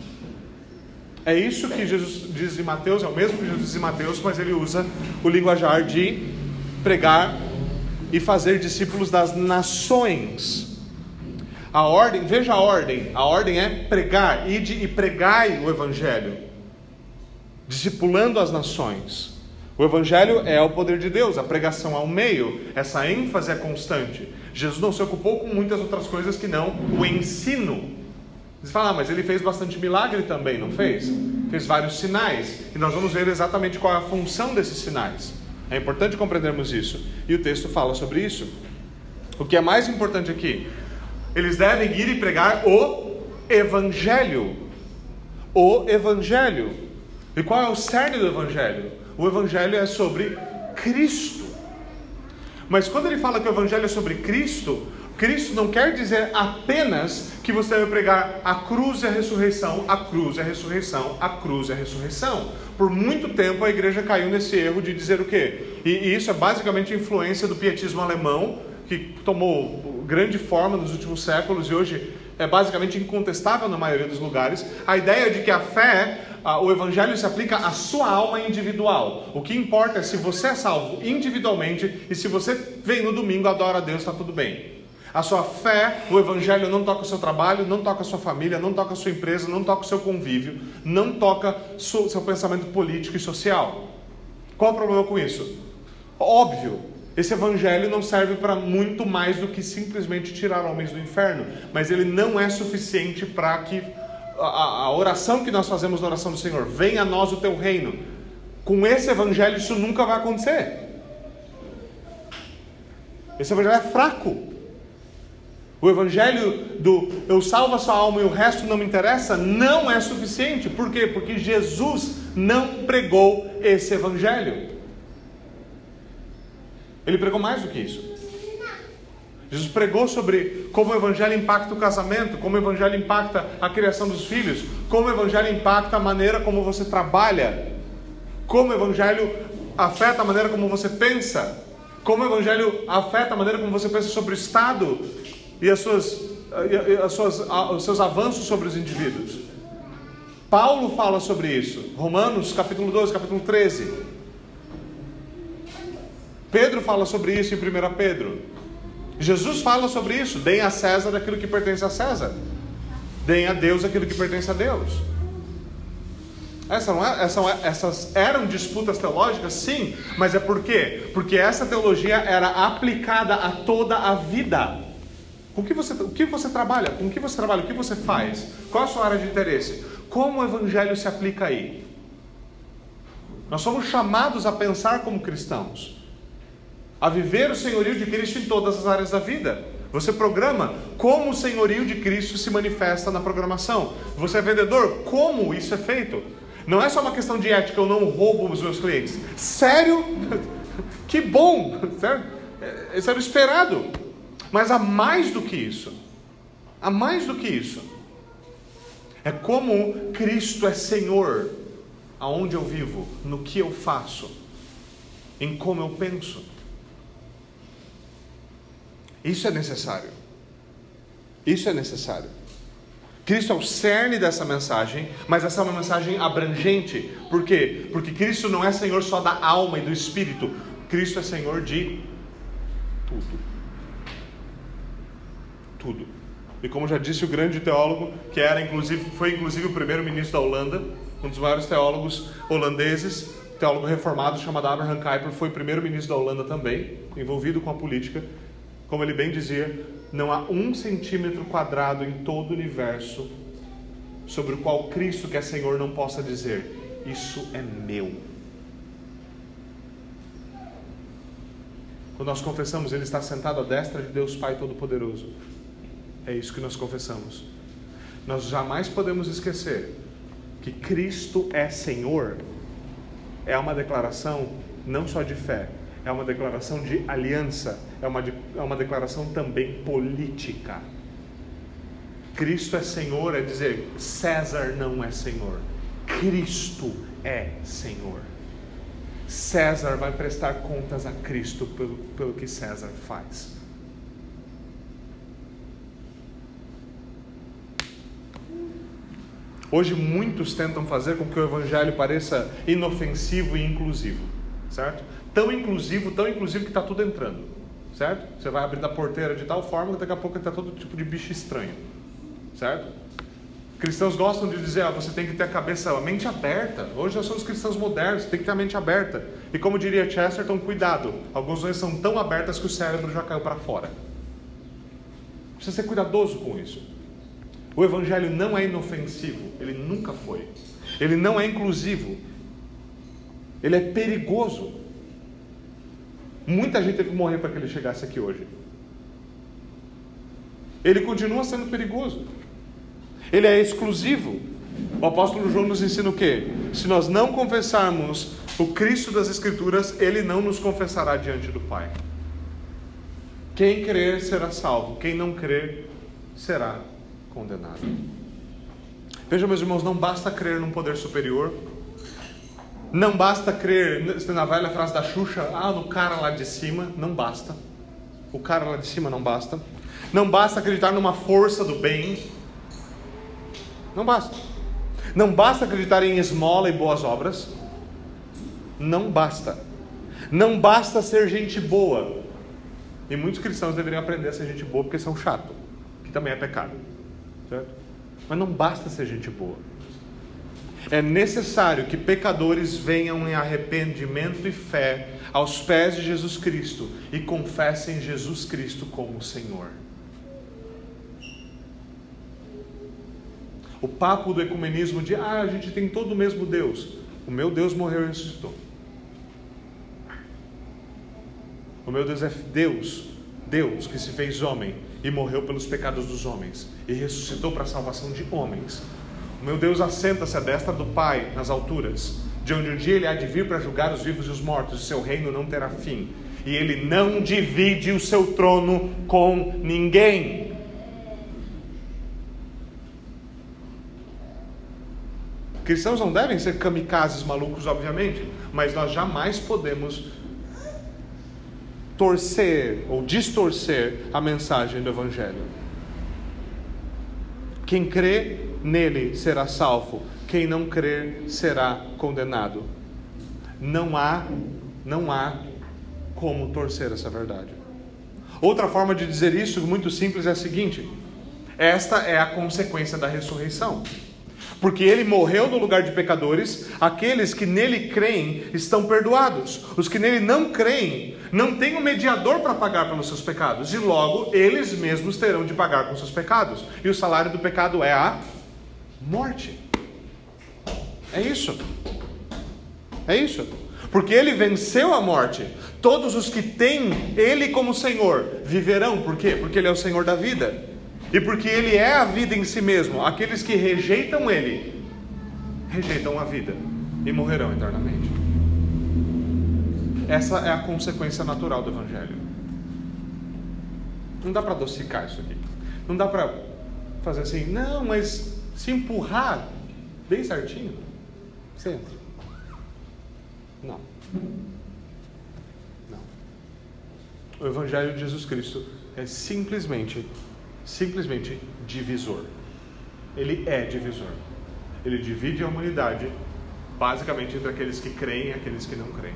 É isso que Jesus diz em Mateus, é o mesmo que Jesus diz em Mateus, mas ele usa o linguajar de pregar e fazer discípulos das nações. A ordem, veja a ordem, a ordem é pregar, ide e pregai o evangelho, discipulando as nações. O evangelho é o poder de Deus, a pregação é o meio, essa ênfase é constante. Jesus não se ocupou com muitas outras coisas que não o ensino. Você fala, ah, mas ele fez bastante milagre também, não fez? Fez vários sinais, e nós vamos ver exatamente qual é a função desses sinais. É importante compreendermos isso, e o texto fala sobre isso. O que é mais importante aqui, eles devem ir e pregar o evangelho. O evangelho. E qual é o cerne do evangelho? O evangelho é sobre Cristo. Mas quando ele fala que o evangelho é sobre Cristo, Cristo não quer dizer apenas que você deve pregar a cruz e a ressurreição, a cruz e a ressurreição, a cruz e a ressurreição. Por muito tempo a igreja caiu nesse erro de dizer o quê? E, e isso é basicamente influência do pietismo alemão, que tomou grande forma nos últimos séculos e hoje é basicamente incontestável na maioria dos lugares. A ideia de que a fé, o evangelho se aplica à sua alma individual. O que importa é se você é salvo individualmente e se você vem no domingo, adora a Deus, está tudo bem. A sua fé, o evangelho não toca o seu trabalho, não toca a sua família, não toca a sua empresa, não toca o seu convívio, não toca o seu pensamento político e social. Qual o problema com isso? Óbvio, esse evangelho não serve para muito mais do que simplesmente tirar homens do inferno, mas ele não é suficiente para que a, a oração que nós fazemos na oração do Senhor, venha a nós o teu reino, com esse evangelho isso nunca vai acontecer. Esse evangelho é fraco. O evangelho do eu salvo a sua alma e o resto não me interessa não é suficiente. Por quê? Porque Jesus não pregou esse evangelho. Ele pregou mais do que isso. Jesus pregou sobre como o Evangelho impacta o casamento, como o Evangelho impacta a criação dos filhos, como o Evangelho impacta a maneira como você trabalha, como o Evangelho afeta a maneira como você pensa, como o Evangelho afeta a maneira como você pensa sobre o Estado e, as suas, e as suas, os seus avanços sobre os indivíduos. Paulo fala sobre isso, Romanos capítulo doze, capítulo treze. Pedro fala sobre isso em primeira Pedro. Jesus fala sobre isso: deem a César aquilo que pertence a César, deem a Deus aquilo que pertence a Deus. Essa não é, essa, essas eram disputas teológicas, sim, mas é por quê? Porque essa teologia era aplicada a toda a vida. Com que você, o que você trabalha? Com o que você trabalha? O que você faz? Qual a sua área de interesse? Como o Evangelho se aplica aí? Nós somos chamados a pensar como cristãos, a viver o senhorio de Cristo em todas as áreas da vida. Você programa como o senhorio de Cristo se manifesta na programação. Você é vendedor, como isso é feito? Não é só uma questão de ética, eu não roubo os meus clientes. Sério? Que bom! Certo? Isso era esperado. Mas há mais do que isso. Há mais do que isso. É como Cristo é Senhor aonde eu vivo, no que eu faço, em como eu penso. Isso é necessário. Isso é necessário. Cristo é o cerne dessa mensagem, mas essa é uma mensagem abrangente. Por quê? Porque Cristo não é Senhor só da alma e do espírito. Cristo é Senhor de tudo. Tudo. E como já disse o grande teólogo, que era inclusive, foi inclusive o primeiro ministro da Holanda, um dos maiores teólogos holandeses, teólogo reformado chamado Abraham Kuyper, foi o primeiro ministro da Holanda também, envolvido com a política. Como ele bem dizia, não há um centímetro quadrado em todo o universo sobre o qual Cristo, que é Senhor, não possa dizer: isso é meu. Quando nós confessamos, Ele está sentado à destra de Deus Pai Todo-Poderoso. É isso que nós confessamos. Nós jamais podemos esquecer que Cristo é Senhor. É uma declaração não só de fé, é uma declaração de aliança, é uma, é uma declaração também política. Cristo é Senhor, é dizer, César não é Senhor, Cristo é Senhor. César vai prestar contas a Cristo pelo, pelo que César faz. Hoje muitos tentam fazer com que o Evangelho pareça inofensivo e inclusivo, certo? Tão inclusivo, tão inclusivo que está tudo entrando, certo? Você vai abrir a porteira de tal forma que daqui a pouco está todo tipo de bicho estranho, certo? Cristãos gostam de dizer, ah, você tem que ter a cabeça, a mente aberta. Hoje nós somos cristãos modernos, tem que ter a mente aberta. E como diria Chesterton, cuidado, algumas vezes são tão abertas que o cérebro já caiu para fora. Precisa ser cuidadoso com isso. O Evangelho não é inofensivo, ele nunca foi. Ele não é inclusivo, ele é perigoso. Muita gente teve que morrer para que ele chegasse aqui hoje. Ele continua sendo perigoso. Ele é exclusivo. O apóstolo João nos ensina o quê? Se nós não confessarmos o Cristo das Escrituras, Ele não nos confessará diante do Pai. Quem crer será salvo, quem não crer será condenado. Veja, meus irmãos, não basta crer num poder superior. Não basta crer na velha frase da Xuxa, ah, no cara lá de cima. Não basta. O cara lá de cima não basta. Não basta acreditar numa força do bem. Não basta. Não basta acreditar em esmola e boas obras. Não basta. Não basta ser gente boa. E muitos cristãos deveriam aprender a ser gente boa porque são chatos, que também é pecado, certo? Mas não basta ser gente boa. É necessário que pecadores venham em arrependimento e fé aos pés de Jesus Cristo e confessem Jesus Cristo como Senhor. O papo do ecumenismo de, ah, a gente tem todo o mesmo Deus. O meu Deus morreu e ressuscitou. O meu Deus é Deus, Deus que se fez homem e morreu pelos pecados dos homens e ressuscitou para a salvação de homens. O meu Deus assenta-se à destra do Pai nas alturas, de onde um dia Ele há de vir para julgar os vivos e os mortos, e seu reino não terá fim. e Ele não divide o seu trono com ninguém. Cristãos não devem ser kamikazes malucos, obviamente, mas nós jamais podemos torcer ou distorcer a mensagem do Evangelho. Quem crê nele será salvo, quem não crer será condenado. Não há, não há como torcer essa verdade. Outra forma de dizer isso, muito simples, é a seguinte: esta é a consequência da ressurreição. Porque Ele morreu no lugar de pecadores, aqueles que nele creem estão perdoados. Os que nele não creem, não têm um mediador para pagar pelos seus pecados, e logo eles mesmos terão de pagar com seus pecados. E o salário do pecado é a morte. É isso. É isso. Porque Ele venceu a morte. Todos os que têm Ele como Senhor viverão. Por quê? Porque Ele é o Senhor da vida. E porque Ele é a vida em si mesmo. Aqueles que rejeitam Ele, rejeitam a vida e morrerão eternamente. Essa é a consequência natural do Evangelho. Não dá para adocicar isso aqui. Não dá para fazer assim, não, mas se empurrar bem certinho, você entra. Não. Não. O Evangelho de Jesus Cristo é simplesmente simplesmente divisor. Ele é divisor. Ele divide a humanidade basicamente entre aqueles que creem e aqueles que não creem.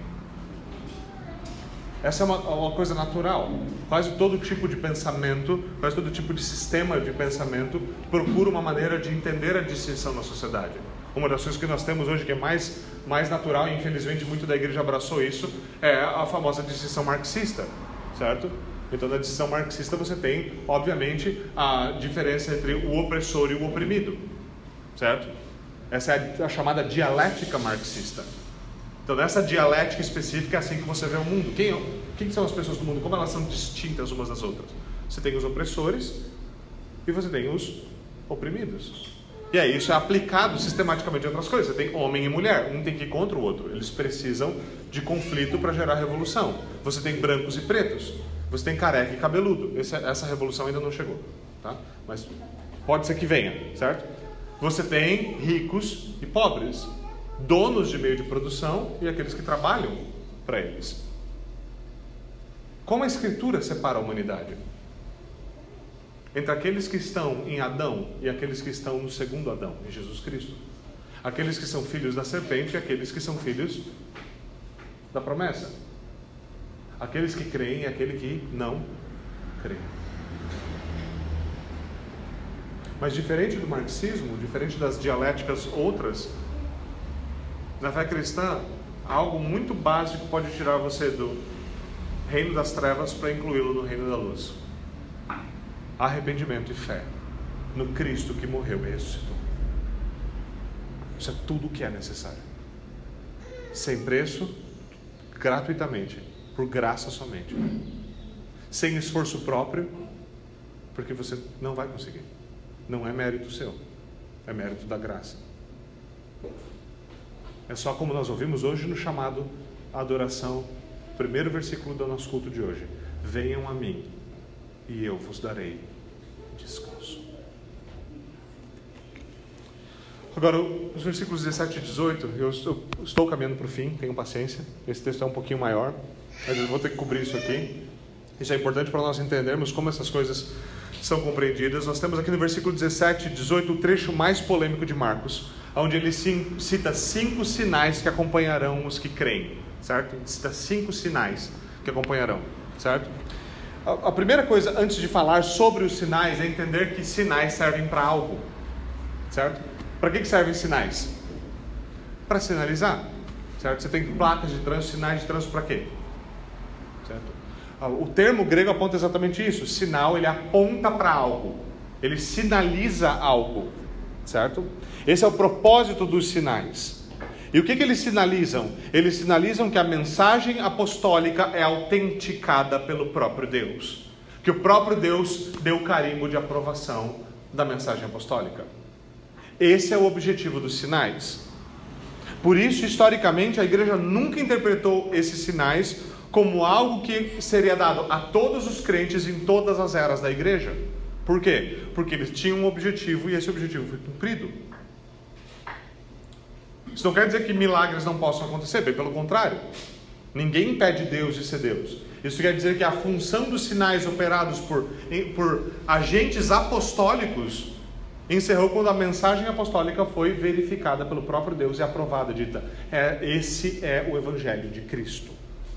Essa é uma, uma coisa natural. Quase todo tipo de pensamento, quase todo tipo de sistema de pensamento procura uma maneira de entender a distinção na sociedade. Uma das coisas que nós temos hoje que é mais, mais natural, e infelizmente muito da igreja abraçou isso, é a famosa distinção marxista, certo? Então, na distinção marxista você tem, obviamente, a diferença entre o opressor e o oprimido, certo? Essa é a, a chamada dialética marxista. Então, nessa dialética específica é assim que você vê o mundo. Quem, quem são as pessoas do mundo? Como elas são distintas umas das outras? Você tem os opressores e você tem os oprimidos. E aí isso é aplicado sistematicamente em outras coisas. Você tem homem e mulher, um tem que ir contra o outro. Eles precisam de conflito para gerar revolução. Você tem brancos e pretos. Você tem careca e cabeludo. Essa, essa revolução ainda não chegou, tá? Mas pode ser que venha, certo? Você tem ricos e pobres, donos de meio de produção e aqueles que trabalham para eles. Como a Escritura separa a humanidade? Entre aqueles que estão em Adão e aqueles que estão no segundo Adão, em Jesus Cristo. Aqueles que são filhos da serpente e aqueles que são filhos da promessa. Aqueles que creem e aquele que não crê. Mas diferente do marxismo, diferente das dialéticas outras, na fé cristã, algo muito básico pode tirar você do reino das trevas para incluí-lo no reino da luz. Arrependimento e fé no Cristo que morreu e ressuscitou. Isso é tudo o que é necessário. Sem preço, gratuitamente, por graça somente. Sem esforço próprio, porque você não vai conseguir. Não é mérito seu, é mérito da graça. É só como nós ouvimos hoje no chamado adoração, primeiro versículo do nosso culto de hoje. Venham a mim e eu vos darei descanso. Agora, os versículos dezessete e dezoito, eu estou caminhando para o fim, tenham paciência. Esse texto é um pouquinho maior, mas eu vou ter que cobrir isso aqui. Isso é importante para nós entendermos como essas coisas são compreendidas. Nós temos aqui no versículo dezessete e dezoito o trecho mais polêmico de Marcos, onde ele cita cinco sinais que acompanharão os que creem, certo? Ele cita cinco sinais que acompanharão, certo? A primeira coisa, antes de falar sobre os sinais, é entender que sinais servem para algo, certo? Para que, que servem sinais? Para sinalizar, certo? Você tem placas de trânsito, sinais de trânsito para quê? Certo? O termo grego aponta exatamente isso. Sinal, ele aponta para algo, ele sinaliza algo, certo? Esse é o propósito dos sinais. E o que, que eles sinalizam? Eles sinalizam que a mensagem apostólica é autenticada pelo próprio Deus, que o próprio Deus deu o carimbo de aprovação da mensagem apostólica. Esse é o objetivo dos sinais. Por isso, historicamente, a igreja nunca interpretou esses sinais como algo que seria dado a todos os crentes em todas as eras da igreja. Por quê? Porque eles tinham um objetivo e esse objetivo foi cumprido. Isso não quer dizer que milagres não possam acontecer, bem pelo contrário. Ninguém impede Deus de ser Deus. Isso quer dizer que a função dos sinais operados por, por agentes apostólicos encerrou quando a mensagem apostólica foi verificada pelo próprio Deus e aprovada, dita, é, esse é o Evangelho de Cristo.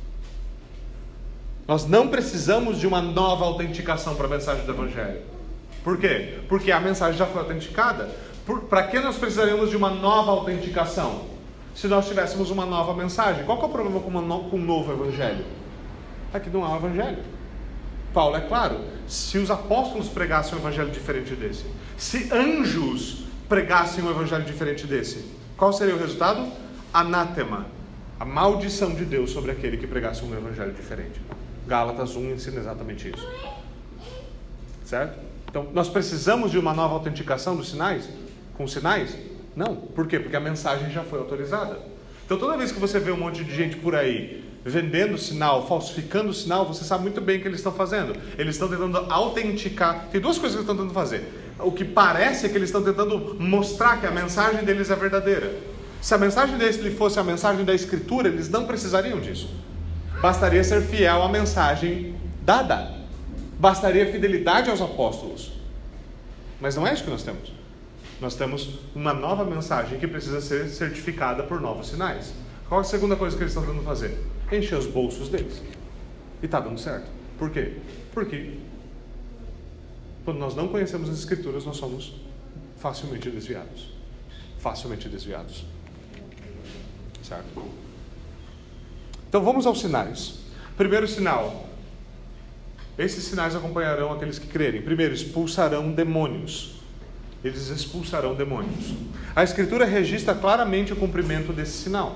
Nós não precisamos de uma nova autenticação para a mensagem do Evangelho. Por quê? Porque a mensagem já foi autenticada. Para que nós precisaríamos de uma nova autenticação? Se nós tivéssemos uma nova mensagem. Qual que é o problema com, uma, com um novo Evangelho? É que não é um Evangelho. Paulo é claro, se os apóstolos pregassem um Evangelho diferente desse, se anjos pregassem um Evangelho diferente desse, qual seria o resultado? Anátema, a maldição de Deus sobre aquele que pregasse um Evangelho diferente. Gálatas um ensina exatamente isso. Certo? Então, nós precisamos de uma nova autenticação dos sinais? Com sinais? Não. Por quê? Porque a mensagem já foi autorizada. Então, toda vez que você vê um monte de gente por aí vendendo sinal, falsificando o sinal, você sabe muito bem o que eles estão fazendo. Eles estão tentando autenticar. Tem duas coisas que eles estão tentando fazer. O que parece é que eles estão tentando mostrar que a mensagem deles é verdadeira. Se a mensagem deles fosse a mensagem da Escritura, eles não precisariam disso. Bastaria ser fiel à mensagem dada. Bastaria fidelidade aos apóstolos. Mas não é isso que nós temos. Nós temos uma nova mensagem que precisa ser certificada por novos sinais. Qual é a segunda coisa que eles estão tentando fazer? Encher os bolsos deles. E está dando certo. Por quê? Porque quando nós não conhecemos as Escrituras, nós somos facilmente desviados. Facilmente desviados. Certo? Então vamos aos sinais. Primeiro sinal. Esses sinais acompanharão aqueles que crerem. Primeiro, expulsarão demônios. Eles expulsarão demônios. A Escritura registra claramente o cumprimento desse sinal,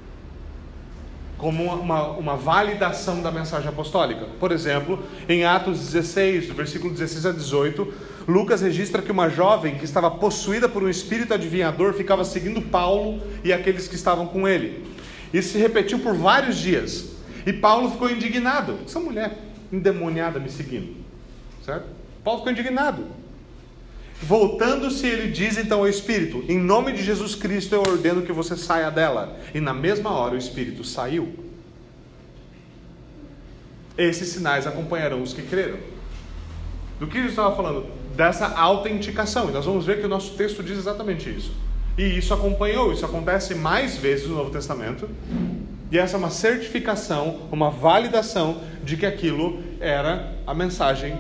como uma, uma validação da mensagem apostólica. Por exemplo, em Atos dezesseis, versículo dezesseis a dezoito, Lucas registra que uma jovem que estava possuída por um espírito adivinhador ficava seguindo Paulo e aqueles que estavam com ele. Isso se repetiu por vários dias. E Paulo ficou indignado. Essa mulher endemoniada me seguindo. Certo? Paulo ficou indignado. Voltando-se, ele diz então ao espírito: em nome de Jesus Cristo eu ordeno que você saia dela. E na mesma hora o espírito saiu. Esses sinais acompanharão os que creram. Do que a gente estava falando? Dessa autenticação. E nós vamos ver que o nosso texto diz exatamente isso. E isso acompanhou, isso acontece mais vezes no Novo Testamento. E essa é uma certificação, uma validação de que aquilo era a mensagem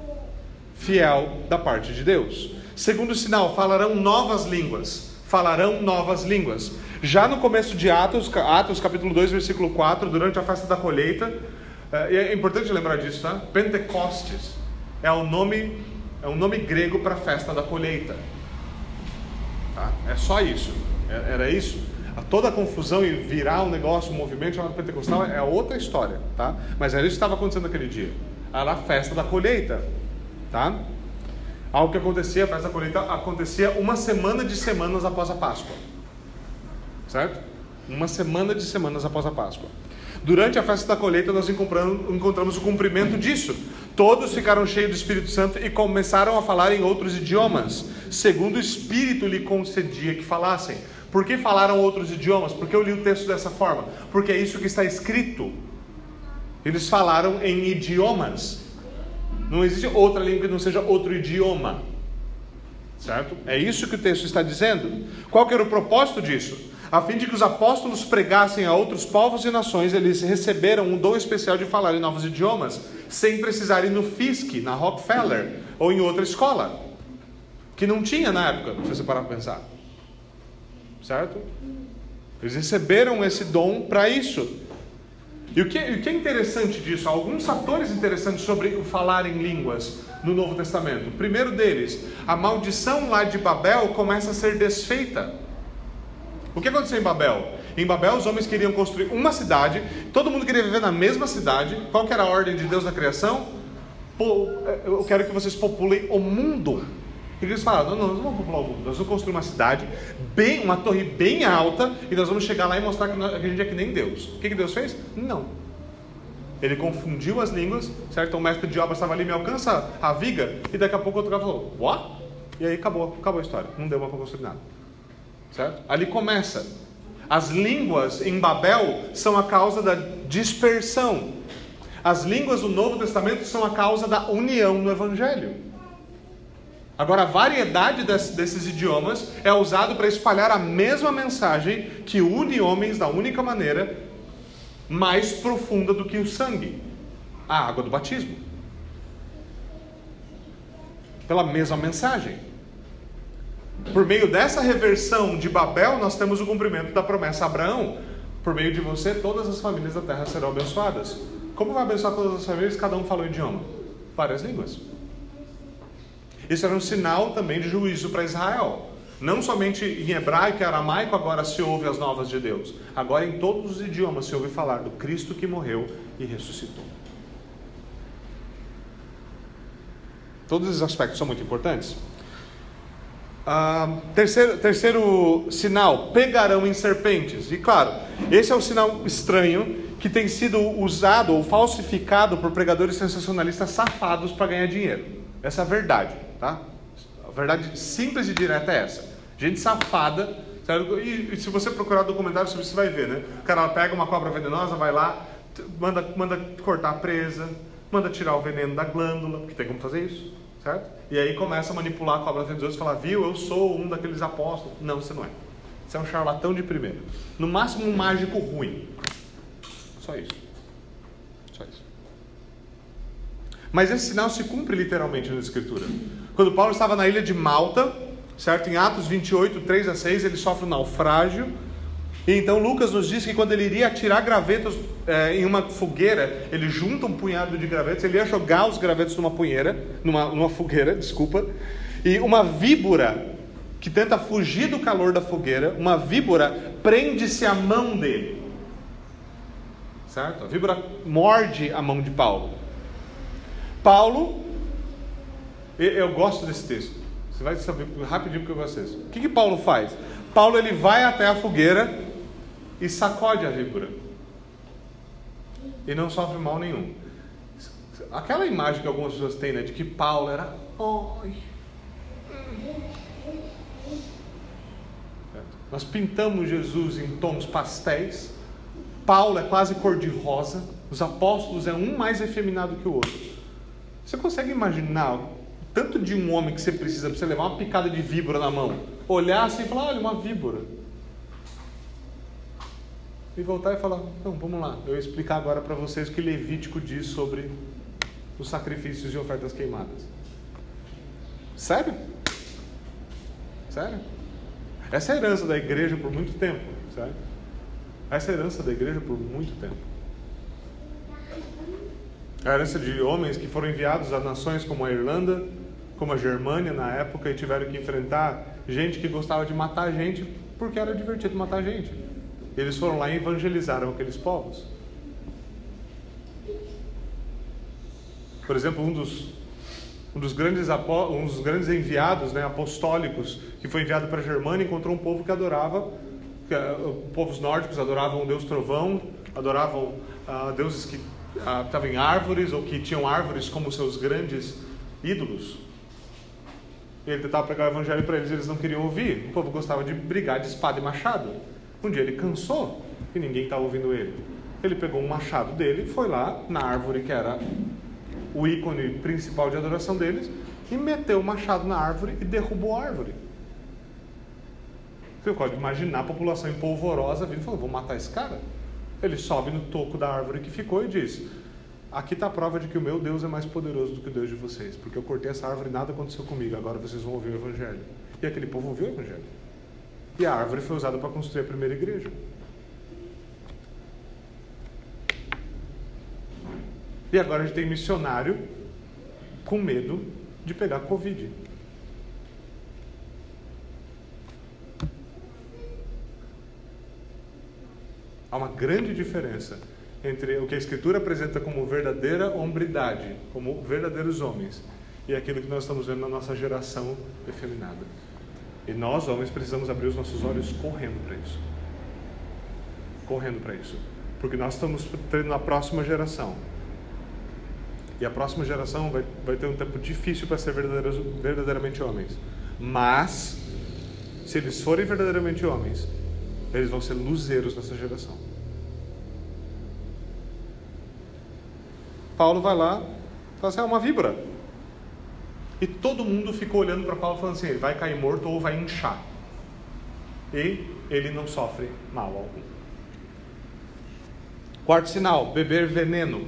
fiel da parte de Deus. Segundo sinal, falarão novas línguas. Falarão novas línguas. Já no começo de Atos, Atos capítulo dois, versículo quatro, durante a festa da colheita, é importante lembrar disso, tá? Pentecostes é o nome, é um nome grego para a festa da colheita. Tá? É só isso. Era isso. Toda a confusão e virar um negócio, um movimento chamado pentecostal é outra história, tá? Mas era isso que estava acontecendo naquele dia. Era a festa da colheita, tá? Algo que acontecia, a festa da colheita acontecia uma semana de semanas após a Páscoa, certo? Uma semana de semanas após a Páscoa. Durante a festa da colheita nós encontramos, encontramos o cumprimento disso. Todos ficaram cheios do Espírito Santo e começaram a falar em outros idiomas, segundo o Espírito lhe concedia que falassem. Por que falaram outros idiomas? Porque eu li o texto dessa forma. Porque é isso que está escrito. Eles falaram em idiomas. Não existe outra língua que não seja outro idioma. Certo? É isso que o texto está dizendo. Qual que era o propósito disso? A fim de que os apóstolos pregassem a outros povos e nações, eles receberam um dom especial de falar em novos idiomas, sem precisar ir no F I S C, na Rockefeller, ou em outra escola, que não tinha na época, se você parar para pensar. Certo? Eles receberam esse dom para isso. E o que, o que é interessante disso? Há alguns fatores interessantes sobre o falar em línguas no Novo Testamento. O primeiro deles, a maldição lá de Babel começa a ser desfeita. O que aconteceu em Babel? Em Babel os homens queriam construir uma cidade, todo mundo queria viver na mesma cidade. Qual que era a ordem de Deus na criação? Eu quero que vocês populem o mundo. E eles falaram: não, não, nós não vamos popular o mundo, nós vamos construir uma cidade, bem, uma torre bem alta, e nós vamos chegar lá e mostrar que, nós, que a gente é que nem Deus. O que, que Deus fez? Não. Ele confundiu as línguas, certo? Então o mestre de obras estava ali, me alcança a viga, e daqui a pouco outro cara falou, what? E aí acabou, acabou a história, não deu mais para construir nada, certo? Ali começa. As línguas em Babel são a causa da dispersão. As línguas do Novo Testamento são a causa da união no Evangelho. Agora, a variedade desses, desses idiomas é usado para espalhar a mesma mensagem que une homens da única maneira, mais profunda do que o sangue, a água do batismo. Pela mesma mensagem. Por meio dessa reversão de Babel, nós temos o cumprimento da promessa a Abraão. Por meio de você, todas as famílias da terra serão abençoadas. Como vai abençoar todas as famílias? Cada um fala um idioma. Várias línguas. Isso era um sinal também de juízo para Israel. Não somente em hebraico e aramaico agora se ouve as novas de Deus. Agora em todos os idiomas se ouve falar do Cristo que morreu e ressuscitou. Todos esses aspectos são muito importantes. Ah, terceiro, terceiro sinal, pegarão em serpentes. E claro, esse é um sinal estranho que tem sido usado ou falsificado por pregadores sensacionalistas safados para ganhar dinheiro. Essa é a verdade, tá? A verdade simples e direta é essa. Gente safada, certo? E, e se você procurar documentário sobre isso, você vai ver, né? O cara pega uma cobra venenosa, vai lá, manda, manda cortar a presa, manda tirar o veneno da glândula, porque tem como fazer isso, certo? E aí começa a manipular a cobra venenosa e fala, viu, eu sou um daqueles apóstolos. Não, você não é. Você é um charlatão de primeiro. No máximo um mágico ruim. Só isso. Só isso. Mas esse sinal se cumpre literalmente na Escritura. Quando Paulo estava na ilha de Malta, certo? Em Atos vinte e oito, três a seis, ele sofre um naufrágio. E então Lucas nos diz que quando ele iria atirar gravetos é, em uma fogueira, ele junta um punhado de gravetos, ele ia jogar os gravetos numa punheira, numa, numa fogueira, desculpa. E uma víbora que tenta fugir do calor da fogueira, uma víbora prende-se à mão dele. Certo? A víbora morde a mão de Paulo. Paulo, eu gosto desse texto. Você vai saber rapidinho porque eu gosto desse. O que que Paulo faz? Paulo ele vai até a fogueira e sacode a víbora. E não sofre mal nenhum. Aquela imagem que algumas pessoas têm, né, de que Paulo era... Ai. Nós pintamos Jesus em tons pastéis. Paulo é quase cor-de-rosa. Os apóstolos é um mais efeminado que o outro. Você consegue imaginar o tanto de um homem que você precisa para você levar uma picada de víbora na mão? Olhar assim e falar, olha, uma víbora. E voltar e falar, não, vamos lá. Eu vou explicar agora para vocês o que Levítico diz sobre os sacrifícios e ofertas queimadas. Sério? Sério? Essa é a herança da igreja por muito tempo, certo? Essa é a herança da igreja por muito tempo. A herança de homens que foram enviados a nações como a Irlanda, como a Germânia na época, e tiveram que enfrentar gente que gostava de matar gente porque era divertido matar gente. Eles foram lá e evangelizaram aqueles povos. Por exemplo, um dos, um dos, grandes, um dos grandes enviados, né, apostólicos, que foi enviado para a Germânia, encontrou um povo que adorava, que, uh, povos nórdicos adoravam o deus trovão, adoravam uh, deuses que uh, estavam em árvores, ou que tinham árvores como seus grandes ídolos. E ele tentava pregar o evangelho para eles, eles não queriam ouvir. O povo gostava de brigar de espada e machado. Um dia ele cansou e ninguém estava ouvindo ele. Ele pegou um machado dele, foi lá na árvore que era o ícone principal de adoração deles, e meteu o machado na árvore e derrubou a árvore. Você pode imaginar a população empolvorosa vindo e falando, vou matar esse cara. Ele sobe no toco da árvore que ficou e diz, aqui está a prova de que o meu Deus é mais poderoso do que o Deus de vocês, porque eu cortei essa árvore e nada aconteceu comigo, agora vocês vão ouvir o evangelho. E aquele povo ouviu o evangelho. E a árvore foi usada para construir a primeira igreja. E agora a gente tem missionário com medo de pegar Covid. Há uma grande diferença entre o que a Escritura apresenta como verdadeira hombridade, como verdadeiros homens, e aquilo que nós estamos vendo na nossa geração efeminada. E nós, homens, precisamos abrir os nossos olhos correndo para isso. Correndo para isso. Porque nós estamos tendo na próxima geração E a próxima geração vai, vai ter um tempo difícil para ser verdadeiramente homens. Mas, se eles forem verdadeiramente homens, eles vão ser luzeiros nessa geração. Paulo vai lá e fala assim, é uma víbora. E todo mundo ficou olhando para Paulo falando assim, ele vai cair morto ou vai inchar. E ele não sofre mal algum. Quarto sinal, beber veneno.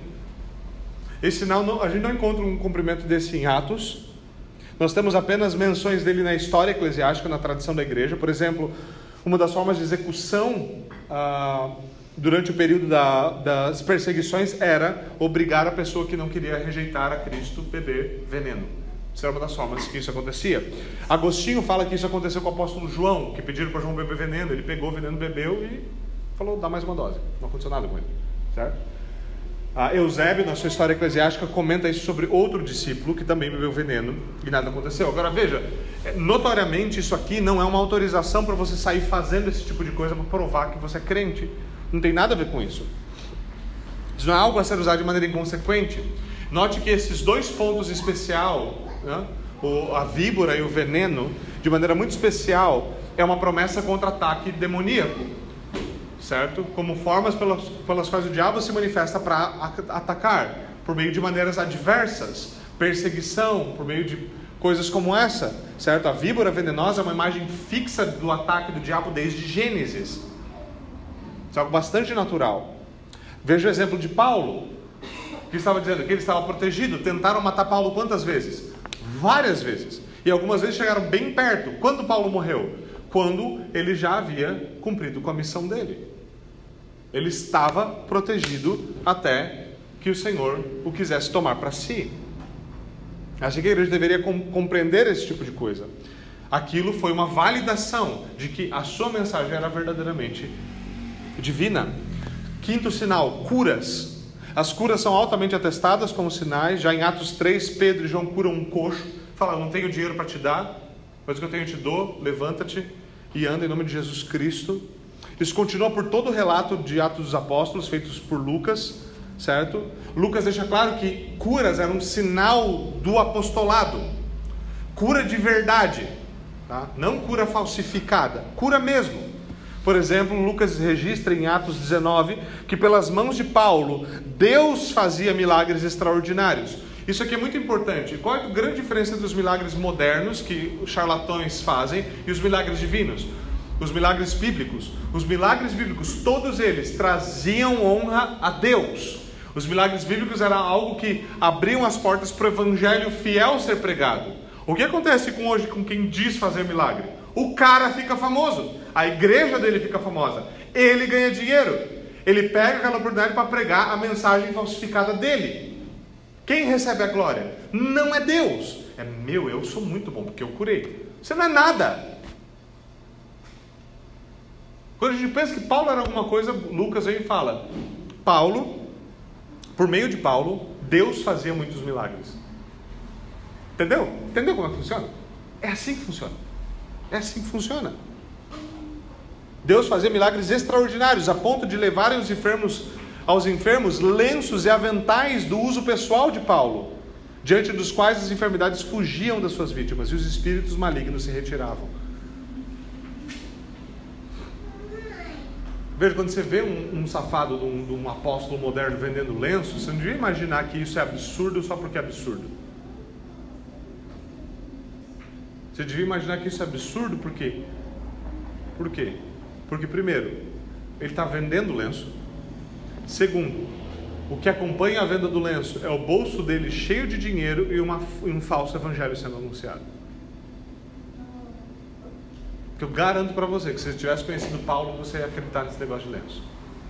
Esse sinal, não, a gente não encontra um cumprimento desse em Atos. Nós temos apenas menções dele na história eclesiástica, na tradição da igreja. Por exemplo, uma das formas de execução ah, durante o período da, das perseguições era obrigar a pessoa que não queria rejeitar a Cristo a beber veneno. Isso era uma das formas que isso acontecia. Agostinho fala que isso aconteceu com o apóstolo João, que pediram para João beber veneno. Ele pegou o veneno, bebeu e falou, dá mais uma dose. Não aconteceu nada com ele, certo? A Eusébio, na sua história eclesiástica, comenta isso sobre outro discípulo que também bebeu veneno e nada aconteceu. Agora veja, notoriamente isso aqui não é uma autorização para você sair fazendo esse tipo de coisa para provar que você é crente. Não tem nada a ver com isso. Isso não é algo a ser usado de maneira inconsequente. Note que esses dois pontos especial, né, o, a víbora e o veneno, de maneira muito especial, é uma promessa contra ataque demoníaco. Certo? Como formas pelas, pelas quais o diabo se manifesta para atacar, por meio de maneiras adversas, perseguição, por meio de coisas como essa, certo? A víbora venenosa é uma imagem fixa do ataque do diabo desde Gênesis. Isso é algo bastante natural. Veja o exemplo de Paulo, que estava dizendo que ele estava protegido. Tentaram matar Paulo quantas vezes? Várias vezes. E algumas vezes chegaram bem perto. Quando Paulo morreu? Quando ele já havia cumprido com a missão dele. Ele estava protegido até que o Senhor o quisesse tomar para si. Acho que a igreja deveria compreender esse tipo de coisa. Aquilo foi uma validação de que a sua mensagem era verdadeiramente divina. Quinto sinal, curas. As curas são altamente atestadas como sinais. Já em Atos três, Pedro e João curam um coxo. Falam, não tenho dinheiro para te dar, mas o que eu tenho eu te dou, levanta-te e anda em nome de Jesus Cristo. Isso continua por todo o relato de Atos dos Apóstolos, feitos por Lucas, certo? Lucas deixa claro que curas eram um sinal do apostolado. Cura de verdade, tá? Não cura falsificada, cura mesmo. Por exemplo, Lucas registra em Atos dezenove que pelas mãos de Paulo, Deus fazia milagres extraordinários. Isso aqui é muito importante. Qual é a grande diferença entre os milagres modernos que os charlatões fazem e os milagres divinos? Os milagres bíblicos. Os milagres bíblicos, todos eles traziam honra a Deus. Os milagres bíblicos eram algo que abriam as portas para o evangelho fiel ser pregado. O que acontece com hoje com quem diz fazer milagre? O cara fica famoso, a igreja dele fica famosa, ele ganha dinheiro, ele pega aquela oportunidade para pregar a mensagem falsificada dele. Quem recebe a glória? Não é Deus, é meu, eu sou muito bom porque eu curei. Você não é nada. Quando a gente pensa que Paulo era alguma coisa, Lucas vem e fala, Paulo, por meio de Paulo, Deus fazia muitos milagres. Entendeu? Entendeu como é que funciona? É assim que funciona. É assim que funciona. Deus fazia milagres extraordinários, a ponto de levarem os enfermos, aos enfermos lenços e aventais do uso pessoal de Paulo, diante dos quais as enfermidades fugiam das suas vítimas e os espíritos malignos se retiravam. Veja, quando você vê um, um safado de um, de um apóstolo moderno vendendo lenço, você não devia imaginar que isso é absurdo só porque é absurdo. Você devia imaginar que isso é absurdo por quê? Por quê? Porque primeiro, ele está vendendo lenço. Segundo, o que acompanha a venda do lenço é o bolso dele cheio de dinheiro e, uma, e um falso evangelho sendo anunciado. Eu garanto para você que se você tivesse conhecido Paulo, você ia acreditar nesse negócio de lenço.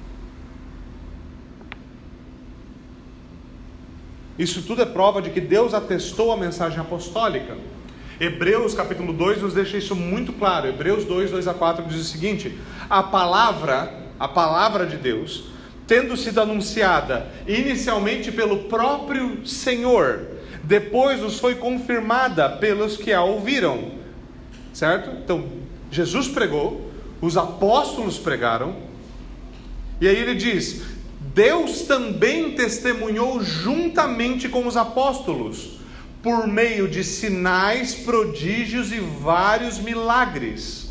Isso tudo é prova de que Deus atestou a mensagem apostólica. Hebreus capítulo dois nos deixa isso muito claro. Hebreus dois, dois a quatro diz o seguinte: a palavra, a palavra de Deus, tendo sido anunciada inicialmente pelo próprio Senhor, depois nos foi confirmada pelos que a ouviram. Certo? Então, Jesus pregou, os apóstolos pregaram, e aí ele diz, Deus também testemunhou juntamente com os apóstolos, por meio de sinais, prodígios e vários milagres.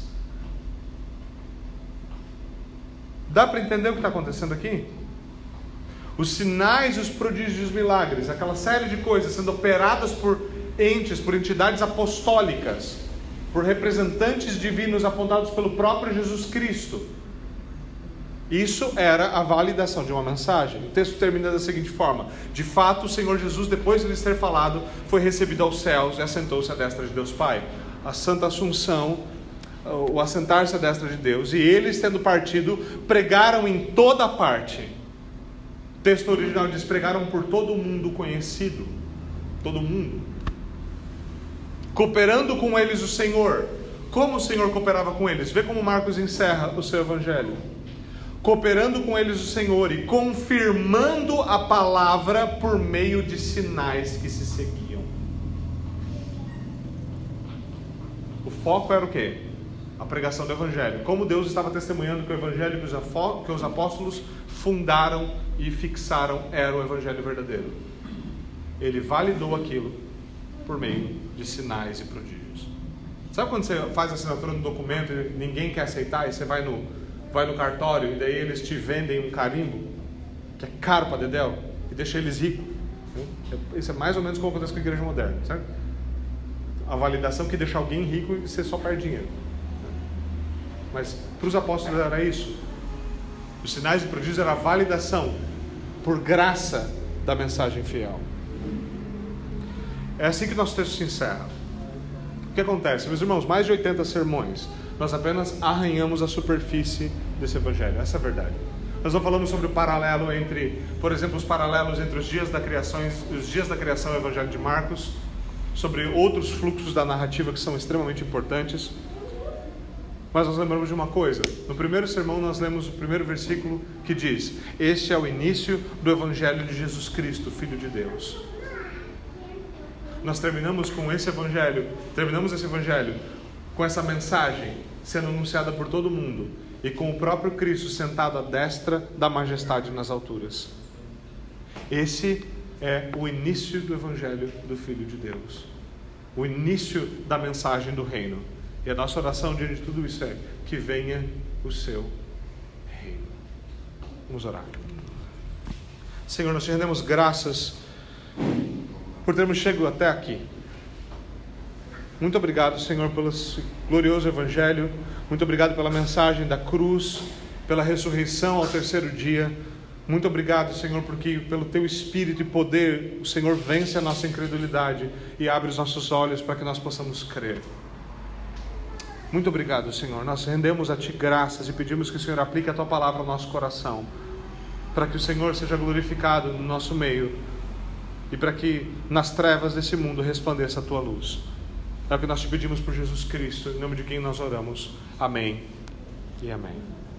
Dá para entender o que está acontecendo aqui? Os sinais, os prodígios e os milagres, aquela série de coisas sendo operadas por entes, por entidades apostólicas, por representantes divinos apontados pelo próprio Jesus Cristo. Isso era a validação de uma mensagem. O texto termina da seguinte forma: de fato, o Senhor Jesus, depois de lhes ter falado, foi recebido aos céus e assentou-se à destra de Deus Pai. A Santa Assunção, o assentar-se à destra de Deus, e eles, tendo partido, pregaram em toda parte. O texto original diz: pregaram por todo o mundo conhecido. Todo mundo. Cooperando com eles o Senhor. Como o Senhor cooperava com eles? Vê como Marcos encerra o seu evangelho. Cooperando com eles o Senhor e confirmando a palavra por meio de sinais que se seguiam. O foco era o quê? A pregação do evangelho. Como Deus estava testemunhando que o evangelho que os apóstolos fundaram e fixaram era o evangelho verdadeiro. Ele validou aquilo por meio de sinais e prodígios. Sabe quando você faz a assinatura no documento e ninguém quer aceitar, e você vai no, vai no cartório e daí eles te vendem um carimbo que é caro para dedéu e deixa eles ricos? Isso é mais ou menos como acontece com a igreja moderna, certo? A validação que deixa alguém rico e você só perde dinheiro. Mas para os apóstolos era isso. Os sinais e prodígios era a validação por graça da mensagem fiel. É assim que nosso texto se encerra. O que acontece? Meus irmãos, mais de oitenta sermões, nós apenas arranhamos a superfície desse evangelho. Essa é a verdade. Nós não falamos sobre o paralelo entre, por exemplo, os paralelos entre os dias da criação, os dias da criação e o evangelho de Marcos, sobre outros fluxos da narrativa que são extremamente importantes. Mas nós lembramos de uma coisa: no primeiro sermão nós lemos o primeiro versículo que diz: este é o início do evangelho de Jesus Cristo, Filho de Deus. Nós terminamos com esse evangelho, terminamos esse evangelho com essa mensagem sendo anunciada por todo mundo e com o próprio Cristo sentado à destra da majestade nas alturas. Esse é o início do evangelho do Filho de Deus, o início da mensagem do reino. E a nossa oração diante de tudo isso é: que venha o seu reino. Vamos orar. Senhor, nós te rendemos graças por termos chegado até aqui. Muito obrigado, Senhor, pelo glorioso evangelho. Muito obrigado pela mensagem da cruz, pela ressurreição ao terceiro dia. Muito obrigado, Senhor, porque pelo teu Espírito e poder o Senhor vence a nossa incredulidade e abre os nossos olhos para que nós possamos crer. Muito obrigado, Senhor. Nós rendemos a Ti graças e pedimos que o Senhor aplique a Tua palavra ao nosso coração, para que o Senhor seja glorificado no nosso meio e para que nas trevas desse mundo resplandeça a Tua luz. É o que nós te pedimos por Jesus Cristo, em nome de quem nós oramos. Amém e amém.